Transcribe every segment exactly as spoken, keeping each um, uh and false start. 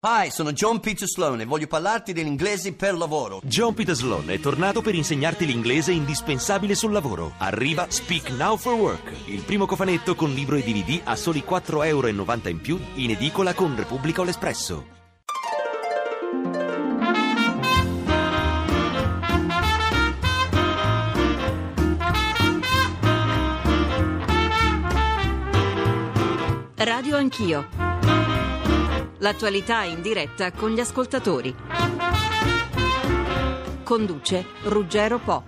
Hi, sono John Peter Sloan e voglio parlarti dell'inglese per lavoro. John Peter Sloan è tornato per insegnarti l'inglese indispensabile sul lavoro. Arriva Speak Now for Work, il primo cofanetto con libro e D V D a soli quattro virgola novanta euro in più in edicola con Repubblica o l'Espresso. Radio Anch'io. L'attualità in diretta con gli ascoltatori. Conduce Ruggero Po.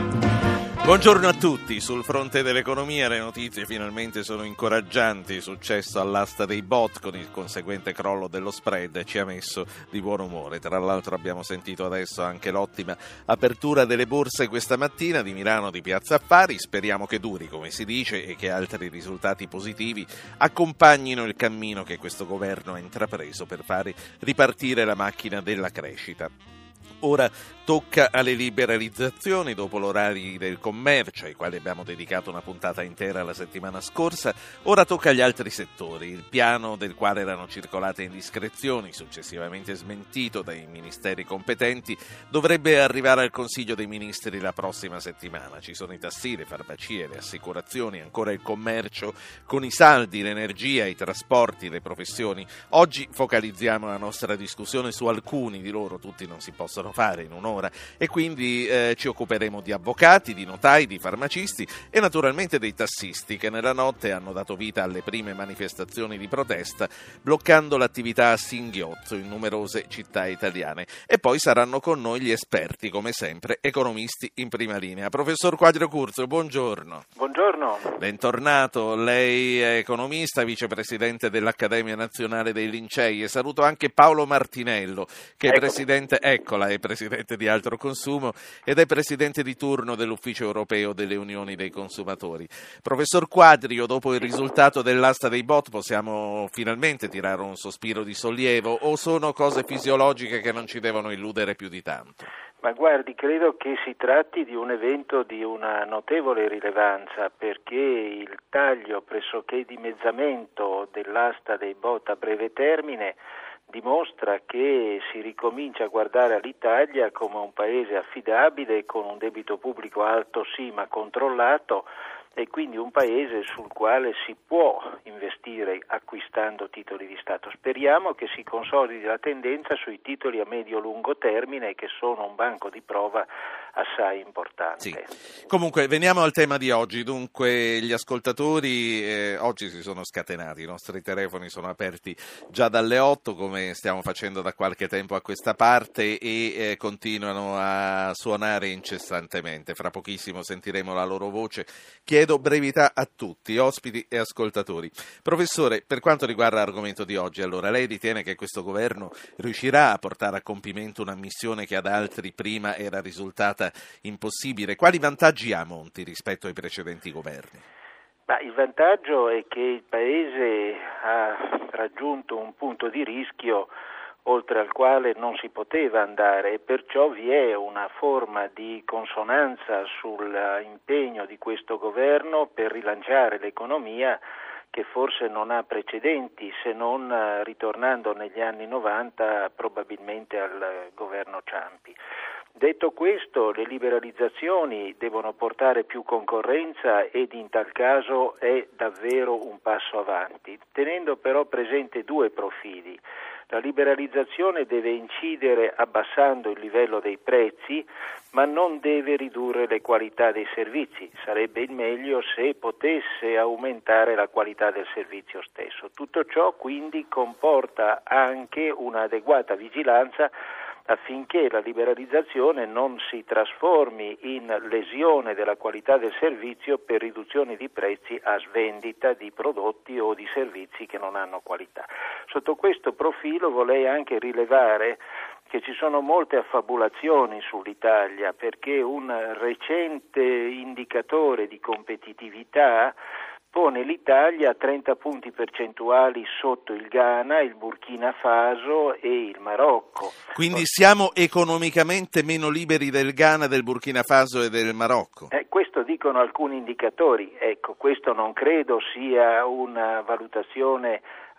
Buongiorno a tutti. Sul fronte dell'economia le notizie finalmente sono incoraggianti. Successo all'asta dei bot con il conseguente crollo dello spread ci ha messo di buon umore. Tra l'altro abbiamo sentito adesso anche l'ottima apertura delle borse questa mattina di Milano, di Piazza Affari. Speriamo che duri, come si dice, e che altri risultati positivi accompagnino il cammino che questo governo ha intrapreso per fare ripartire la macchina della crescita. Ora tocca alle liberalizzazioni dopo l'orario del commercio, ai quali abbiamo dedicato una puntata intera la settimana scorsa. Ora tocca agli altri settori. Il piano, del quale erano circolate indiscrezioni, successivamente smentito dai ministeri competenti, dovrebbe arrivare al Consiglio dei Ministri la prossima settimana. Ci sono i tassi, le farmacie, le assicurazioni, ancora il commercio, con i saldi, l'energia, i trasporti, le professioni. Oggi focalizziamo la nostra discussione su alcuni di loro, tutti non si possono fare in un'ora, e quindi eh, ci occuperemo di avvocati, di notai, di farmacisti e naturalmente dei tassisti, che nella notte hanno dato vita alle prime manifestazioni di protesta, bloccando l'attività a singhiozzo in numerose città italiane. E poi saranno con noi gli esperti, come sempre, economisti in prima linea. Professor Quadrio Curzio, buongiorno. Buongiorno. Bentornato. Lei è economista, vicepresidente dell'Accademia Nazionale dei Lincei, e saluto anche Paolo Martinello, che è Eccomi. presidente, eccola, è presidente di Altro Consumo ed è presidente di turno dell'Ufficio Europeo delle Unioni dei Consumatori. Professor Quadrio, dopo il risultato dell'asta dei bot possiamo finalmente tirare un sospiro di sollievo, o sono cose fisiologiche che non ci devono illudere più di tanto? Ma guardi, credo che si tratti di un evento di una notevole rilevanza, perché il taglio pressoché dimezzamento dell'asta dei bot a breve termine dimostra che si ricomincia a guardare all'Italia come un paese affidabile, con un debito pubblico alto sì ma controllato, e quindi un paese sul quale si può investire acquistando titoli di Stato. Speriamo che si consolidi la tendenza sui titoli a medio-lungo termine, che sono un banco di prova assai importante. Sì. Comunque veniamo al tema di oggi. Dunque gli ascoltatori eh, oggi si sono scatenati, i nostri telefoni sono aperti già dalle otto, come stiamo facendo da qualche tempo a questa parte, e eh, continuano a suonare incessantemente. Fra pochissimo sentiremo la loro voce. Chiedo brevità a tutti, ospiti e ascoltatori. Professore, per quanto riguarda l'argomento di oggi, allora lei ritiene che questo governo riuscirà a portare a compimento una missione che ad altri prima era risultata impossibile? Quali vantaggi ha Monti rispetto ai precedenti governi? Ma il vantaggio è che il Paese ha raggiunto un punto di rischio oltre al quale non si poteva andare, e perciò vi è una forma di consonanza sull'impegno di questo governo per rilanciare l'economia che forse non ha precedenti, se non ritornando negli anni novanta probabilmente al governo Ciampi. Detto questo, le liberalizzazioni devono portare più concorrenza, ed in tal caso è davvero un passo avanti, tenendo però presente due profili. La liberalizzazione deve incidere abbassando il livello dei prezzi, ma non deve ridurre le qualità dei servizi. Sarebbe il meglio se potesse aumentare la qualità del servizio stesso. Tutto ciò quindi comporta anche un'adeguata vigilanza affinché la liberalizzazione non si trasformi in lesione della qualità del servizio per riduzioni di prezzi a svendita di prodotti o di servizi che non hanno qualità. Sotto questo profilo vorrei anche rilevare che ci sono molte affabulazioni sull'Italia, perché un recente indicatore di competitività pone l'Italia a trenta punti percentuali sotto il Ghana, il Burkina Faso e il Marocco. Quindi siamo economicamente meno liberi del Ghana, del Burkina Faso e del Marocco? Eh, questo dicono alcuni indicatori. Ecco, questo non credo sia una valutazione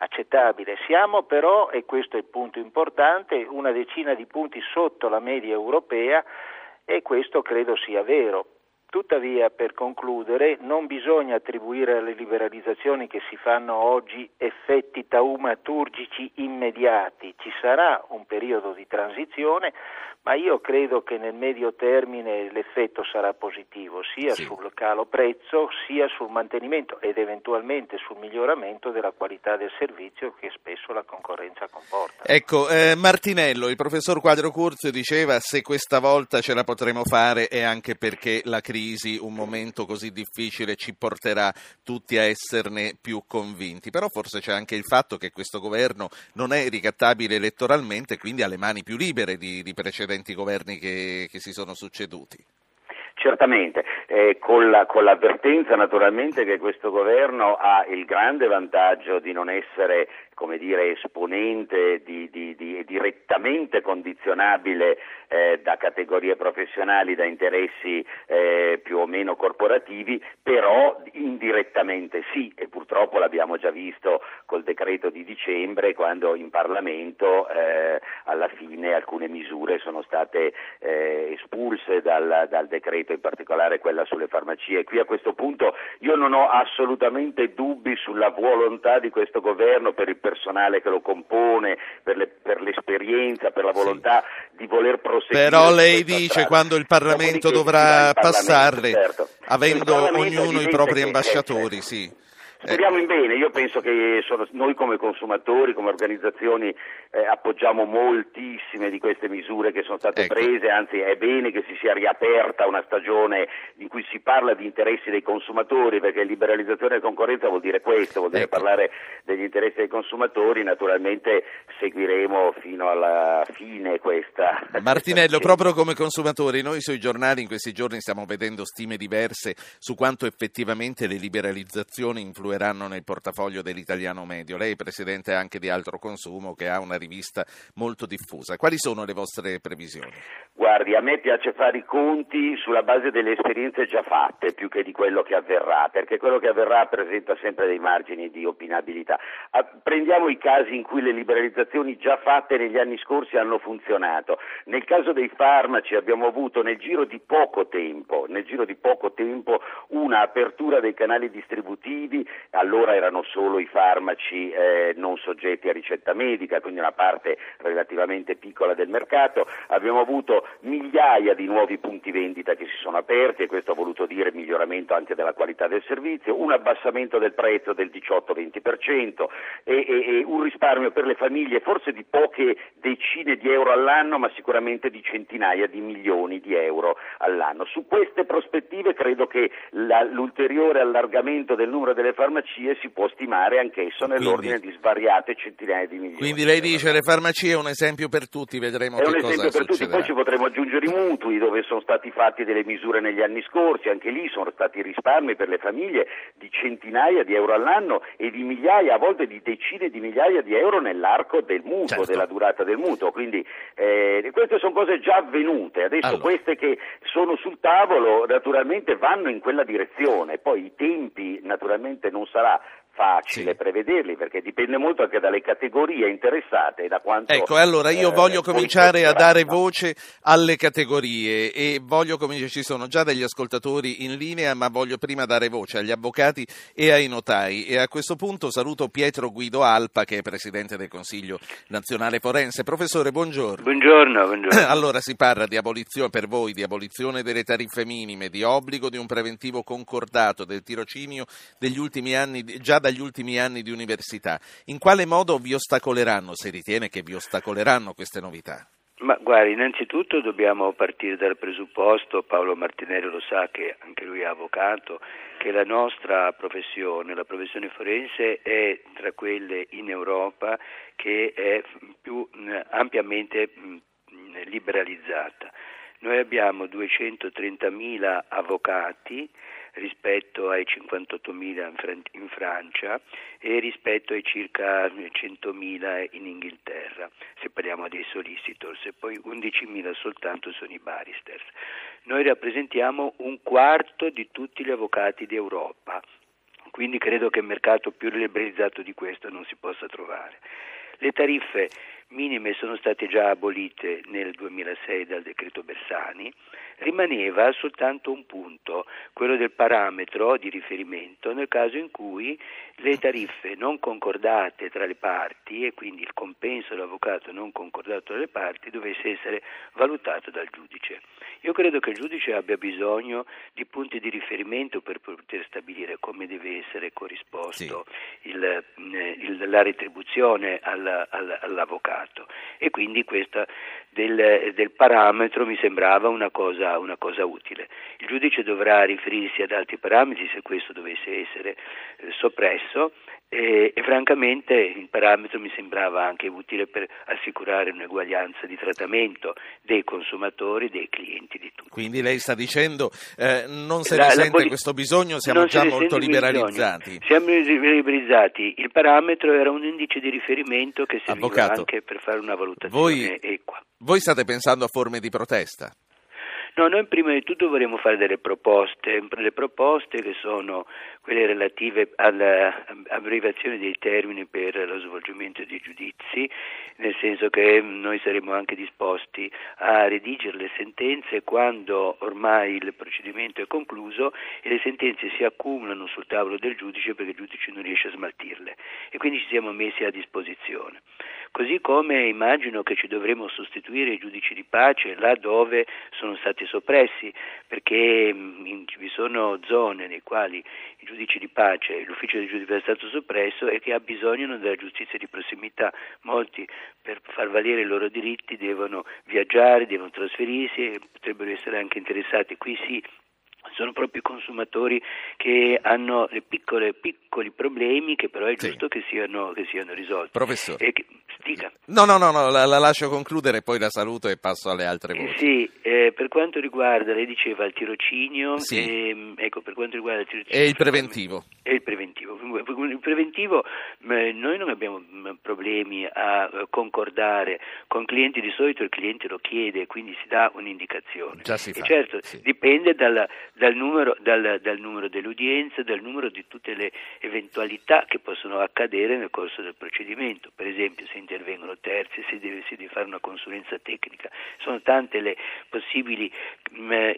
accettabile. Siamo però, e questo è il punto importante, una decina di punti sotto la media europea e questo credo sia vero. Tuttavia, per concludere, non bisogna attribuire alle liberalizzazioni che si fanno oggi effetti taumaturgici immediati. Ci sarà un periodo di transizione, ma io credo che nel medio termine l'effetto sarà positivo, sia sì. sul calo prezzo, sia sul mantenimento ed eventualmente sul miglioramento della qualità del servizio che spesso la concorrenza comporta. Ecco, eh, Martinello, il professor Quadrocurzio diceva se questa volta ce la potremo fare è anche perché la crisi un momento così difficile ci porterà tutti a esserne più convinti, però forse c'è anche il fatto che questo governo non è ricattabile elettoralmente, quindi ha le mani più libere di, di precedenti governi che, che si sono succeduti. Certamente, eh, con, la, con l'avvertenza naturalmente che questo governo ha il grande vantaggio di non essere, come dire, esponente di, di, di direttamente condizionabile eh, da categorie professionali, da interessi eh, più o meno corporativi, però indirettamente sì, e purtroppo l'abbiamo già visto col decreto di dicembre, quando in Parlamento eh, alla fine alcune misure sono state eh, espulse dal, dal decreto, in particolare quella sulle farmacie. Qui a questo punto io non ho assolutamente dubbi sulla volontà di questo governo, per il personale che lo compone, per, le, per l'esperienza, per la volontà sì. di voler proseguire. Però lei dice strada. Quando il Parlamento dovrà passarle, certo. avendo ognuno i propri ambasciatori, è, sì. Speriamo in bene, io penso che sono, noi come consumatori, come organizzazioni eh, appoggiamo moltissime di queste misure che sono state ecco. prese, anzi è bene che si sia riaperta una stagione in cui si parla di interessi dei consumatori, perché liberalizzazione e concorrenza vuol dire questo, vuol dire ecco. parlare degli interessi dei consumatori. Naturalmente seguiremo fino alla fine questa. Martinello, proprio come consumatori, noi sui giornali in questi giorni stiamo vedendo stime diverse su quanto effettivamente le liberalizzazioni influenzano nel portafoglio dell'italiano medio. Lei è presidente anche di Altro Consumo, che ha una rivista molto diffusa. Quali sono le vostre previsioni? Guardi, a me piace fare i conti sulla base delle esperienze già fatte più che di quello che avverrà, perché quello che avverrà presenta sempre dei margini di opinabilità. Prendiamo i casi in cui le liberalizzazioni già fatte negli anni scorsi hanno funzionato. Nel caso dei farmaci abbiamo avuto nel giro di poco tempo, nel giro di poco tempo una apertura dei canali distributivi. Allora erano solo i farmaci eh, non soggetti a ricetta medica, quindi una parte relativamente piccola del mercato. Abbiamo avuto migliaia di nuovi punti vendita che si sono aperti, e questo ha voluto dire miglioramento anche della qualità del servizio, un abbassamento del prezzo del diciotto venti per cento e, e, e un risparmio per le famiglie forse di poche decine di euro all'anno, ma sicuramente di centinaia di milioni di euro all'anno. Su queste prospettive credo che la, l'ulteriore allargamento del numero delle farmacie si può stimare anch'esso nell'ordine quindi, di svariate centinaia di milioni. Quindi lei dice che le farmacie è un esempio per tutti, vedremo è che un cosa esempio per succederà. Tutti, poi ci potremo aggiungere i mutui, dove sono stati fatti delle misure negli anni scorsi, anche lì sono stati risparmi per le famiglie di centinaia di euro all'anno e di migliaia, a volte di decine di migliaia di euro nell'arco del mutuo, certo. della durata del mutuo, quindi eh, queste sono cose già avvenute, adesso allora. Queste che sono sul tavolo naturalmente vanno in quella direzione, poi i tempi naturalmente non sarà facile sì. prevederli, perché dipende molto anche dalle categorie interessate e da quanto ecco allora io eh, voglio cominciare a dare voce alle categorie e voglio cominciare, ci sono già degli ascoltatori in linea, ma voglio prima dare voce agli avvocati e ai notai, e a questo punto saluto Pietro Guido Alpa, che è presidente del Consiglio Nazionale Forense. Professore, buongiorno. Buongiorno, buongiorno. Allora si parla di abolizione, per voi, di abolizione delle tariffe minime, di obbligo di un preventivo concordato, del tirocinio degli ultimi anni, già dagli ultimi anni di università. In quale modo vi ostacoleranno, se ritiene che vi ostacoleranno queste novità? Ma guardi, innanzitutto dobbiamo partire dal presupposto, Paolo Martinello lo sa che anche lui è avvocato, che la nostra professione, la professione forense, è tra quelle in Europa che è più mh, ampiamente mh, liberalizzata. Noi abbiamo duecentotrentamila avvocati rispetto ai cinquantottomila in Francia e rispetto ai circa centomila in Inghilterra, se parliamo dei solicitors, e poi undicimila soltanto sono i barristers. Noi rappresentiamo un quarto di tutti gli avvocati d'Europa. quindi credo che il mercato più liberalizzato di questo non si possa trovare. Le tariffe minime sono state già abolite nel duemilasei dal decreto Bersani, rimaneva soltanto un punto, quello del parametro di riferimento nel caso in cui le tariffe non concordate tra le parti e quindi il compenso dell'avvocato non concordato tra le parti dovesse essere valutato dal giudice. Io credo che il giudice abbia bisogno di punti di riferimento per poter stabilire come deve essere corrisposto sì. il, il, la retribuzione alla, alla, all'avvocato e quindi questa del, del parametro mi sembrava una cosa, una cosa utile. Il giudice dovrà riferirsi ad altri parametri se questo dovesse essere eh, soppresso e, e francamente il parametro mi sembrava anche utile per assicurare un'eguaglianza di trattamento dei consumatori, dei clienti, di tutti. Quindi lei sta dicendo eh, non se la, ne la sente poli- questo bisogno, siamo già molto liberalizzati. Siamo liberalizzati, il parametro era un indice di riferimento che serviva Avvocato, anche per fare una valutazione voi, equa. Voi state pensando a forme di protesta? No, noi prima di tutto vorremmo fare delle proposte, le proposte che sono quelle relative all'abbreviazione dei termini per lo svolgimento dei giudizi, nel senso che noi saremmo anche disposti a redigere le sentenze quando ormai il procedimento è concluso e le sentenze si accumulano sul tavolo del giudice perché il giudice non riesce a smaltirle e quindi ci siamo messi a disposizione. Così come immagino che ci dovremo sostituire i giudici di pace là dove sono stati soppressi, perché mh, vi sono zone nei quali i giudici di pace, l'ufficio del giudice è stato soppresso e che abbisognano della giustizia di prossimità. Molti per far valere i loro diritti devono viaggiare, devono trasferirsi e potrebbero essere anche interessati. Qui sì, sono proprio i consumatori che hanno le piccole, piccoli problemi che però è giusto sì. che siano che siano risolti. Professore. E che, dica. No, no, no, no la, la lascio concludere, poi la saluto e passo alle altre voci. Eh, sì, eh, per quanto riguarda, lei diceva il tirocinio, sì. ehm, ecco, per quanto riguarda il tirocinio... E il preventivo. E il preventivo. Il preventivo, eh, noi non abbiamo problemi a concordare con clienti, di solito il cliente lo chiede, quindi si dà un'indicazione. Già si e fa. certo, sì. dipende dalla, dal, numero, dal, dal numero delle udienze, dal numero di tutte le eventualità che possono accadere nel corso del procedimento. Per esempio, se intervengono terzi, se deve, si deve fare una consulenza tecnica. Sono tante le possibili mh,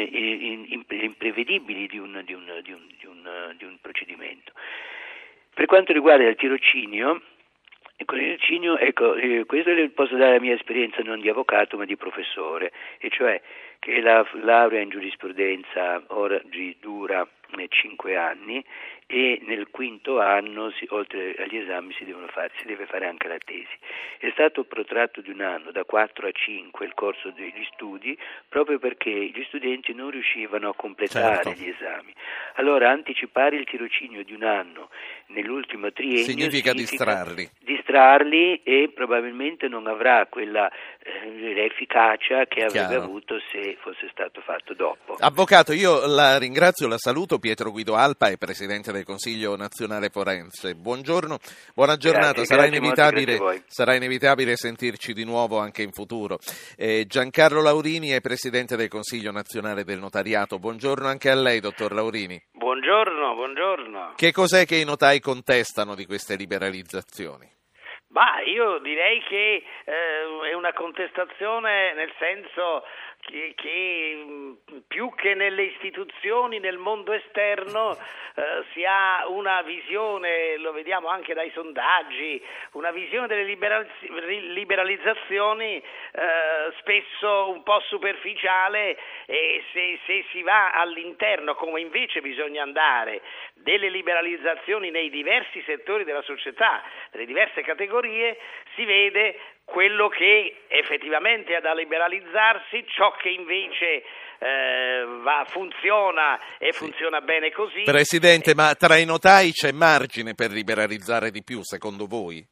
imprevedibili di un, di, un, di, un, di, un, di un procedimento. Per quanto riguarda il tirocinio, ecco, il tirocinio, ecco, eh, questo posso dare la mia esperienza non di avvocato ma di professore, e cioè che la laurea in giurisprudenza oggi dura cinque anni e nel quinto anno, si, oltre agli esami, si, devono fare, si deve fare anche la tesi. È stato protratto di un anno, da quattro a cinque, il corso degli studi, proprio perché gli studenti non riuscivano a completare certo. gli esami. Allora anticipare il tirocinio di un anno nell'ultimo triennio significa, significa distrarli. distrarli e probabilmente non avrà quella eh, efficacia che avrebbe Chiaro. avuto se fosse stato fatto dopo. Avvocato, io la ringrazio, la saluto. Pietro Guido Alpa è presidente del Consiglio Nazionale Forense. Buongiorno, buona giornata. Grazie, sarà, grazie inevitabile, molto, sarà inevitabile sentirci di nuovo anche in futuro. Eh, Giancarlo Laurini è presidente del Consiglio Nazionale del Notariato. Buongiorno anche a lei, dottor Laurini. Buongiorno, buongiorno. Che cos'è che i notai contestano di queste liberalizzazioni? Ma io direi che eh, è una contestazione nel senso che, che più che nelle istituzioni, nel mondo esterno eh, si ha una visione, lo vediamo anche dai sondaggi, una visione delle liberalizz- liberalizzazioni eh, spesso un po' superficiale, e se, se si va all'interno, come invece bisogna andare, delle liberalizzazioni nei diversi settori della società, nelle diverse categorie, si vede quello che effettivamente ha da liberalizzarsi, ciò che invece eh, va, funziona e sì. funziona bene così. Presidente, ma tra i notai c'è margine per liberalizzare di più, secondo voi?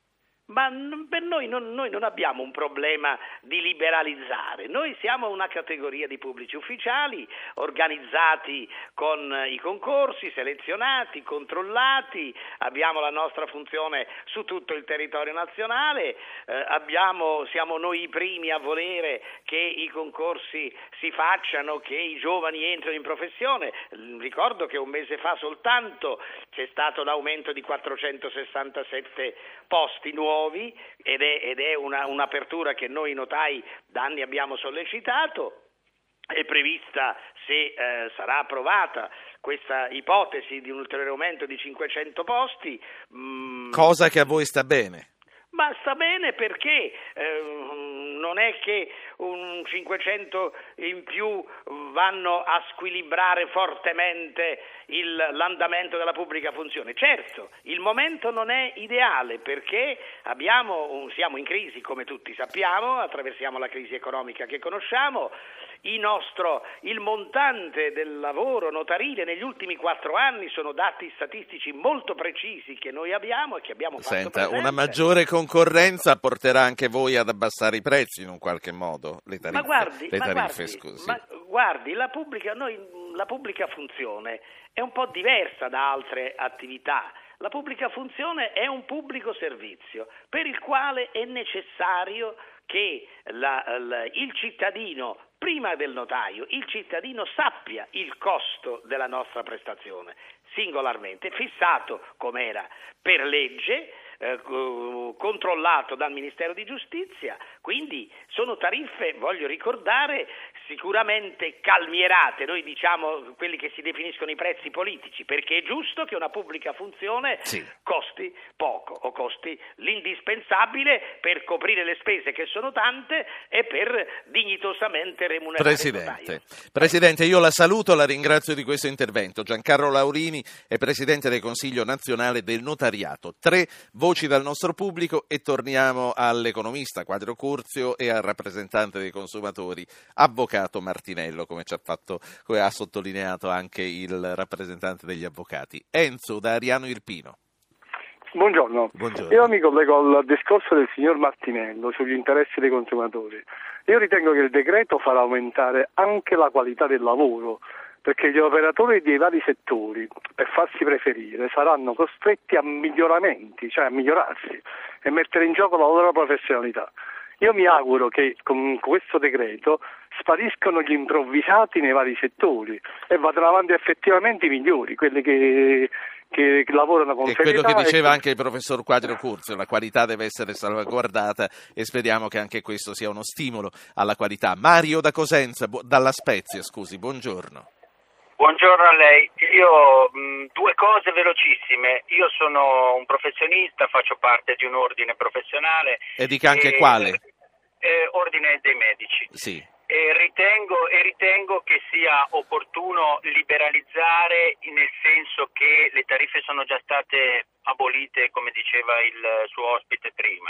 Ma per noi non, noi non abbiamo un problema di liberalizzare, noi siamo una categoria di pubblici ufficiali organizzati con i concorsi, selezionati, controllati, abbiamo la nostra funzione su tutto il territorio nazionale, eh, abbiamo, siamo noi i primi a volere che i concorsi si facciano, che i giovani entrino in professione. Ricordo che un mese fa soltanto c'è stato l'aumento di quattrocentosessantasette posti nuovi ed è, ed è una, un'apertura che noi notai da anni abbiamo sollecitato. È prevista, se eh, sarà approvata, questa ipotesi di un ulteriore aumento di cinquecento posti. Mh, Cosa che a voi sta bene. Ma sta bene perché eh, non è che un cinquecento in più vanno a squilibrare fortemente il, l'andamento della pubblica funzione. Certo, il momento non è ideale perché abbiamo un, siamo in crisi, come tutti sappiamo, attraversiamo la crisi economica che conosciamo. Il nostro, il montante del lavoro notarile negli ultimi quattro anni sono dati statistici molto precisi che noi abbiamo e che abbiamo fatto Senta, presente. una maggiore concorrenza porterà anche voi ad abbassare i prezzi in un qualche modo, le tariffe, ma guardi, le ma tariffe guardi, scusi. ma guardi, la pubblica, noi, la pubblica funzione è un po' diversa da altre attività. La pubblica funzione è un pubblico servizio per il quale è necessario che la, la, il cittadino, prima del notaio, il cittadino sappia il costo della nostra prestazione, singolarmente, fissato come era per legge, eh, controllato dal Ministero di Giustizia, quindi sono tariffe, voglio ricordare, sicuramente calmierate, noi diciamo quelli che si definiscono i prezzi politici, perché è giusto che una pubblica funzione sì. costi poco o costi l'indispensabile per coprire le spese che sono tante e per dignitosamente remunerare Presidente, il notaio. Presidente, io la saluto, la ringrazio di questo intervento. Giancarlo Laurini è Presidente del Consiglio Nazionale del Notariato. Tre voci dal nostro pubblico e torniamo all'economista Quadrio Curzio e al rappresentante dei consumatori, Avvocato Martinello, come ci ha fatto, come ha sottolineato anche il rappresentante degli avvocati. Enzo da Ariano Irpino. Buongiorno. Buongiorno. Io mi collego al discorso del signor Martinello sugli interessi dei consumatori. Io ritengo che il decreto farà aumentare anche la qualità del lavoro, perché gli operatori dei vari settori, per farsi preferire, saranno costretti a miglioramenti, cioè a migliorarsi e mettere in gioco la loro professionalità. Io mi auguro che con questo decreto spariscano gli improvvisati nei vari settori e vadano avanti effettivamente i migliori, quelli che, che lavorano con e serietà. quello che diceva e... anche il professor Quadrio Curzio, la qualità deve essere salvaguardata e speriamo che anche questo sia uno stimolo alla qualità. Mario da Cosenza, dalla Spezia, scusi, buongiorno. Buongiorno a lei, io mh, due cose velocissime, io sono un professionista, faccio parte di un ordine professionale. E dica anche e, quale? Eh, ordine dei medici. Sì. E ritengo, e ritengo che sia opportuno liberalizzare nel senso che le tariffe sono già state abolite, come diceva il suo ospite prima.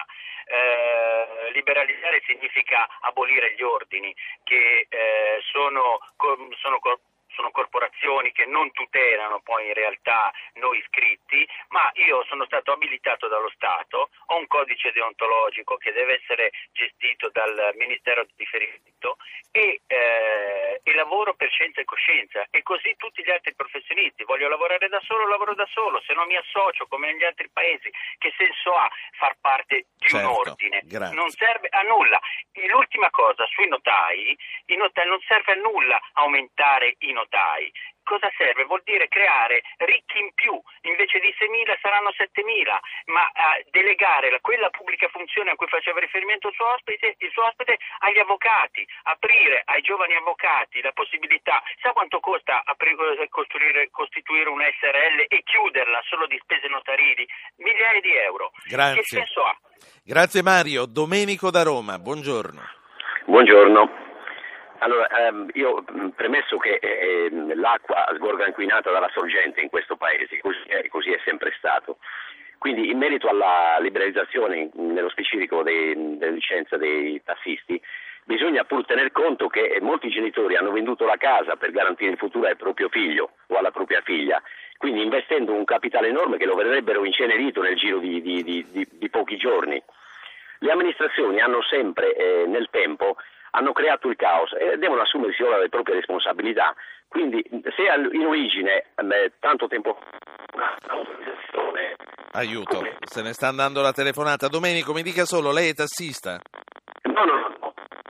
Eh, liberalizzare significa abolire gli ordini che eh, sono, sono sono corporazioni che non tutelano poi in realtà noi iscritti, ma io sono stato abilitato dallo Stato, ho un codice deontologico che deve essere gestito dal Ministero di riferimento e, eh, e lavoro per scienza e coscienza e così tutti gli altri professionisti. Voglio lavorare da solo, lavoro da solo, se non mi associo come negli altri paesi. Che senso ha far parte di certo, un ordine? Grazie. Non serve a nulla. E l'ultima cosa, sui notai, i notai non serve a nulla aumentare i notai. Cosa serve? Vuol dire creare ricchi in più, invece di seimila saranno settemila, ma uh, delegare la, quella pubblica funzione a cui faceva riferimento il suo ospite, il suo ospite agli avvocati, aprire ai giovani avvocati la possibilità. Sa quanto costa aprire, costruire, costituire un S R L e chiuderla solo di spese notarili? Migliaia di euro. Grazie. Che senso ha? Grazie Mario. Domenico da Roma, buongiorno. Buongiorno. Allora, ehm, io premesso che eh, l'acqua sgorga inquinata dalla sorgente in questo paese, così è, così è sempre stato. Quindi in merito alla liberalizzazione, nello specifico dei, della licenza dei tassisti, bisogna pur tener conto che molti genitori hanno venduto la casa per garantire il futuro al proprio figlio o alla propria figlia. quindi investendo un capitale enorme che lo vedrebbero incenerito nel giro di, di, di, di, di pochi giorni. Le amministrazioni hanno sempre eh, nel tempo hanno creato il caos e devono assumersi ora le proprie responsabilità. Quindi se in origine eh, tanto tempo fa aiuto, se ne sta andando la telefonata. Domenico, mi dica solo, lei è tassista? No, no, no.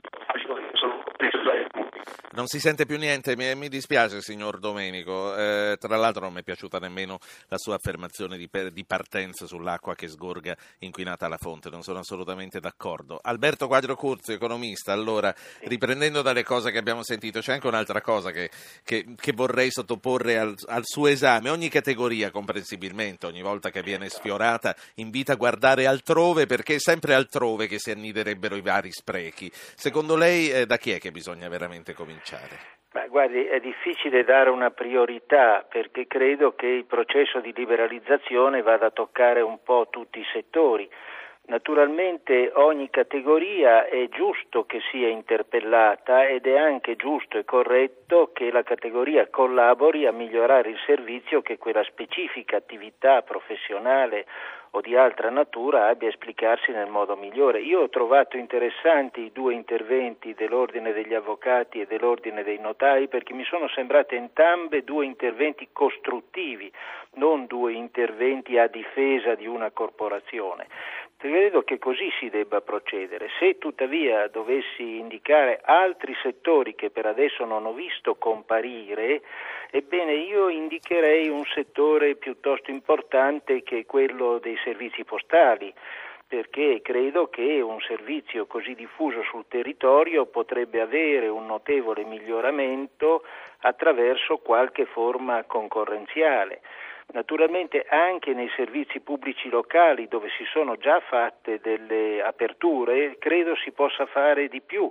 Non si sente più niente, mi, mi dispiace signor Domenico, eh, tra l'altro non mi è piaciuta nemmeno la sua affermazione di, per, di partenza sull'acqua che sgorga inquinata alla fonte, non sono assolutamente d'accordo. Alberto Quadro-Curzio, economista, allora riprendendo dalle cose che abbiamo sentito c'è anche un'altra cosa che, che, che vorrei sottoporre al, al suo esame. Ogni categoria comprensibilmente ogni volta che viene sfiorata invita a guardare altrove, perché è sempre altrove che si anniderebbero i vari sprechi. Secondo lei eh, da chi è che bisogna veramente cominciare? Ma guardi, è difficile dare una priorità perché credo che il processo di liberalizzazione vada a toccare un po' tutti i settori. Naturalmente ogni categoria è giusto che sia interpellata ed è anche giusto e corretto che la categoria collabori a migliorare il servizio che quella specifica attività professionale o di altra natura abbia a esplicarsi nel modo migliore. Io ho trovato interessanti i due interventi dell'Ordine degli Avvocati e dell'Ordine dei Notai perché mi sono sembrate entrambe due interventi costruttivi, non due interventi a difesa di una corporazione. Credo che così si debba procedere. Se tuttavia dovessi indicare altri settori che per adesso non ho visto comparire, ebbene io indicherei un settore piuttosto importante che è quello dei servizi postali, perché credo che un servizio così diffuso sul territorio potrebbe avere un notevole miglioramento attraverso qualche forma concorrenziale. Naturalmente anche nei servizi pubblici locali dove si sono già fatte delle aperture credo si possa fare di più,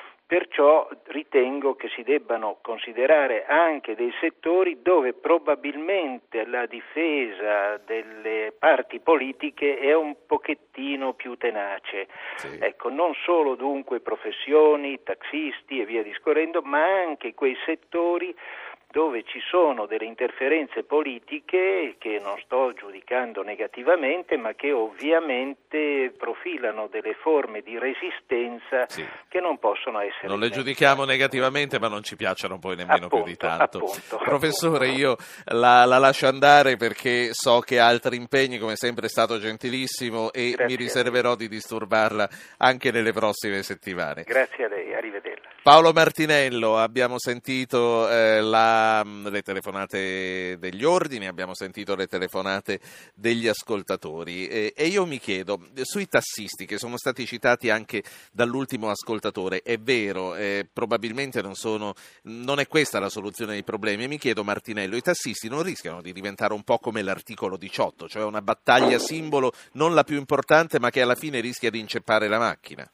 perciò ritengo che si debbano considerare anche dei settori dove probabilmente la difesa delle parti politiche è un pochettino più tenace. Sì. Ecco, non solo dunque professioni, taxisti e via discorrendo, ma anche quei settori dove ci sono delle interferenze politiche che non sto giudicando negativamente, ma che ovviamente profilano delle forme di resistenza sì. che non possono essere. Non le giudichiamo negativamente, ma non ci piacciono poi nemmeno appunto, più di tanto. Appunto, Professore, appunto. io la, la lascio andare perché so che ha altri impegni, come sempre è stato gentilissimo e Grazie mi riserverò di disturbarla anche nelle prossime settimane. Grazie a lei, arrivederla. Paolo Martinello, abbiamo sentito eh, la, le telefonate degli ordini, abbiamo sentito le telefonate degli ascoltatori eh, e io mi chiedo, sui tassisti che sono stati citati anche dall'ultimo ascoltatore, è vero, eh, probabilmente non sono, non è questa la soluzione dei problemi, e mi chiedo Martinello, i tassisti non rischiano di diventare un po' come l'articolo diciotto, cioè una battaglia simbolo, non la più importante ma che alla fine rischia di inceppare la macchina?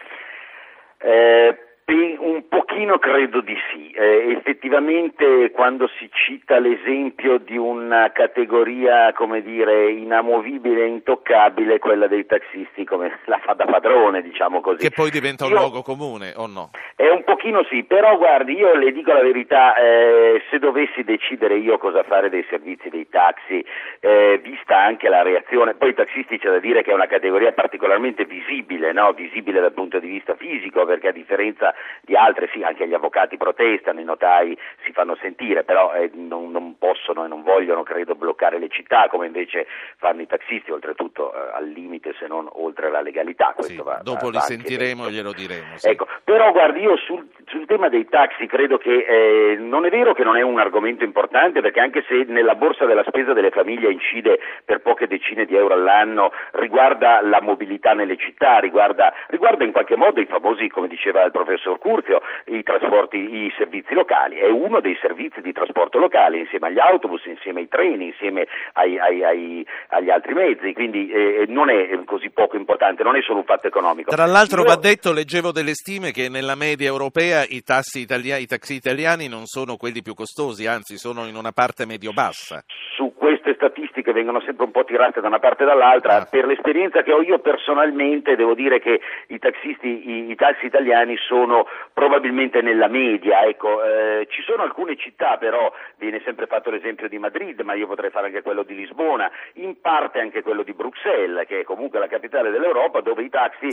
Eh... Un pochino credo di sì, eh, effettivamente quando si cita l'esempio di una categoria, come dire, inamovibile e intoccabile, quella dei tassisti come la fa da padrone, diciamo così. Che poi diventa un io, luogo comune, o no? È un pochino sì, però guardi, io le dico la verità, eh, se dovessi decidere io cosa fare dei servizi dei taxi, eh, vista anche la reazione, poi i taxisti c'è da dire che è una categoria particolarmente visibile, no? Visibile dal punto di vista fisico, perché a differenza di altre, sì, anche gli avvocati protestano, i notai si fanno sentire, però eh, non, non possono e non vogliono, credo, bloccare le città, come invece fanno i taxisti, oltretutto eh, al limite, se non oltre la legalità. Questo sì, va, dopo va, li va sentiremo e glielo diremo. Sì. Ecco, però guardi, io sul, sul tema dei taxi credo che eh, non è vero che non è un argomento importante, perché anche se nella borsa della spesa delle famiglie incide per poche decine di euro all'anno, riguarda la mobilità nelle città, riguarda, riguarda in qualche modo i famosi, come diceva il professor Curzio, i trasporti, i servizi locali, è uno dei servizi di trasporto locale insieme agli autobus, insieme ai treni, insieme ai, ai, ai, agli altri mezzi, quindi eh, non è così poco importante, non è solo un fatto economico. Tra l'altro Io... va detto, leggevo delle stime che nella media europea Italia i tassi italiani, i taxi italiani non sono quelli più costosi, anzi sono in una parte medio-bassa. Su queste statistiche vengono sempre un po' tirate da una parte e dall'altra. Ah. Per l'esperienza che ho io personalmente devo dire che i taxisti, i, i taxi italiani sono probabilmente nella media. Ecco, eh, ci sono alcune città, però viene sempre fatto l'esempio di Madrid, ma io potrei fare anche quello di Lisbona, in parte anche quello di Bruxelles, che è comunque la capitale dell'Europa, dove i taxi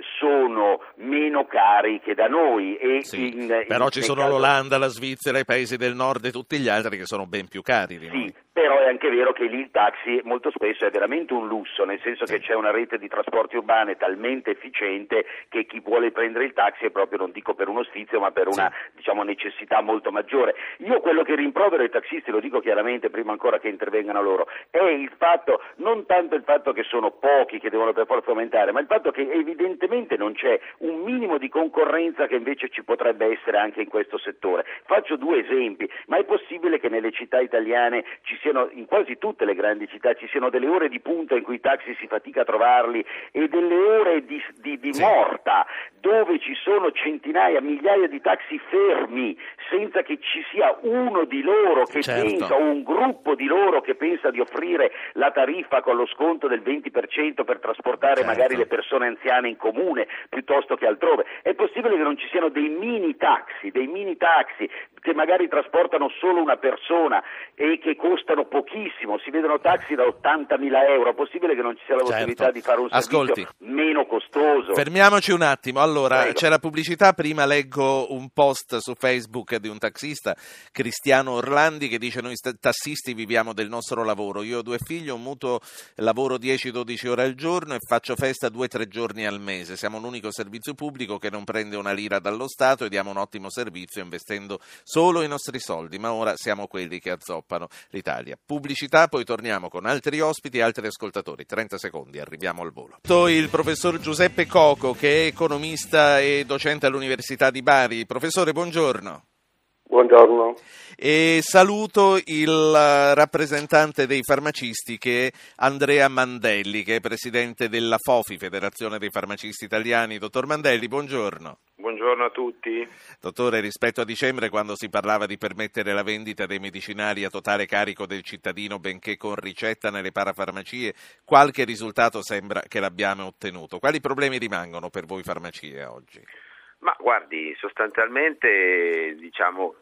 sono meno cari che da noi. E sì, in, però in, ci sono caso... l'Olanda, la Svizzera, i paesi del nord e tutti gli altri che sono ben più cari di noi. Sì. Però è anche vero che lì il taxi molto spesso è veramente un lusso, nel senso sì. che c'è una rete di trasporti urbani talmente efficiente che chi vuole prendere il taxi è proprio, non dico per uno sfizio, ma per una sì. diciamo necessità molto maggiore. Io quello che rimprovero ai taxisti, lo dico chiaramente prima ancora che intervengano loro, è il fatto, non tanto il fatto che sono pochi che devono per forza aumentare, ma il fatto che evidentemente non c'è un minimo di concorrenza che invece ci potrebbe essere anche in questo settore. Faccio due esempi, ma è possibile che nelle città italiane ci siano, in quasi tutte le grandi città, ci siano delle ore di punta in cui i taxi si fatica a trovarli e delle ore di, di, di morta dove ci sono centinaia, migliaia di taxi fermi senza che ci sia uno di loro che certo. pensa, o un gruppo di loro che pensa di offrire la tariffa con lo sconto del venti per cento per trasportare certo. magari le persone anziane in comune piuttosto che altrove. È possibile che non ci siano dei mini taxi, dei mini taxi che magari trasportano solo una persona e che costano pochissimo, si vedono taxi da ottantamila euro, è possibile che non ci sia la possibilità certo. di fare un servizio Ascolti. meno costoso? Fermiamoci un attimo, allora Prego. C'è la pubblicità, prima leggo un post su Facebook di un taxista, Cristiano Orlandi, che dice: noi tassisti viviamo del nostro lavoro, io ho due figli, un mutuo, lavoro dieci dodici ore al giorno e faccio festa due tre giorni al mese, siamo l'unico servizio pubblico che non prende una lira dallo Stato e diamo un ottimo servizio investendo solo i nostri soldi, ma ora siamo quelli che azzoppano l'Italia. Pubblicità, poi torniamo con altri ospiti e altri ascoltatori. trenta secondi, arriviamo al volo. Il professor Giuseppe Coco, che è economista e docente all'Università di Bari. Professore, buongiorno. Buongiorno. E saluto il rappresentante dei farmacisti, che è Andrea Mandelli, che è presidente della FOFI, Federazione dei Farmacisti Italiani. Dottor Mandelli, buongiorno. Buongiorno a tutti. Dottore, rispetto a dicembre, quando si parlava di permettere la vendita dei medicinali a totale carico del cittadino, benché con ricetta nelle parafarmacie, qualche risultato sembra che l'abbiamo ottenuto. Quali problemi rimangono per voi farmacie oggi? Ma guardi, sostanzialmente diciamo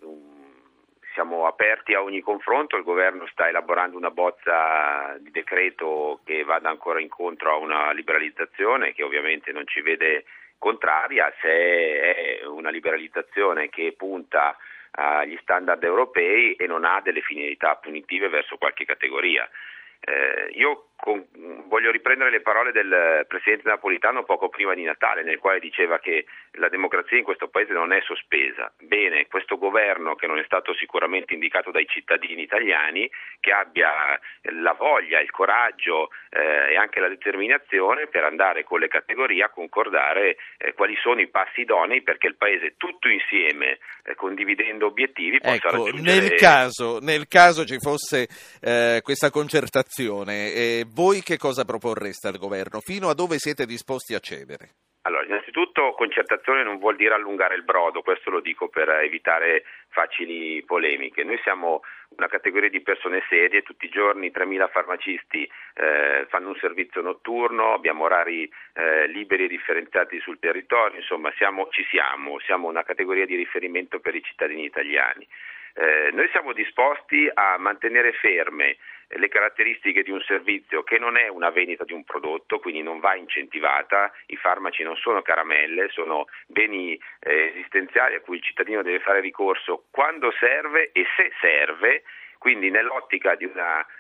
siamo aperti a ogni confronto, il governo sta elaborando una bozza di decreto che vada ancora incontro a una liberalizzazione che ovviamente non ci vede contraria, se è una liberalizzazione che punta agli standard europei e non ha delle finalità punitive verso qualche categoria. Eh, io con, voglio riprendere le parole del Presidente Napolitano poco prima di Natale, nel quale diceva che la democrazia in questo Paese non è sospesa. Bene, questo governo, che non è stato sicuramente indicato dai cittadini italiani, che abbia la voglia, il coraggio eh, e anche la determinazione per andare con le categorie a concordare eh, quali sono i passi idonei perché il Paese tutto insieme, eh, condividendo obiettivi, possa ecco, raggiungere... Nel caso, nel caso ci fosse eh, questa concertazione, eh, voi che cosa proporreste al governo? Fino a dove siete disposti a cedere? Allora, innanzitutto concertazione non vuol dire allungare il brodo, questo lo dico per evitare facili polemiche. Noi siamo una categoria di persone serie, tutti i giorni tremila farmacisti eh, fanno un servizio notturno, abbiamo orari eh, liberi e differenziati sul territorio, insomma siamo, ci siamo, siamo una categoria di riferimento per i cittadini italiani. Eh, noi siamo disposti a mantenere ferme le caratteristiche di un servizio che non è una vendita di un prodotto, quindi non va incentivata, i farmaci non sono caramelle, sono beni eh, esistenziali a cui il cittadino deve fare ricorso quando serve e se serve, quindi nell'ottica di un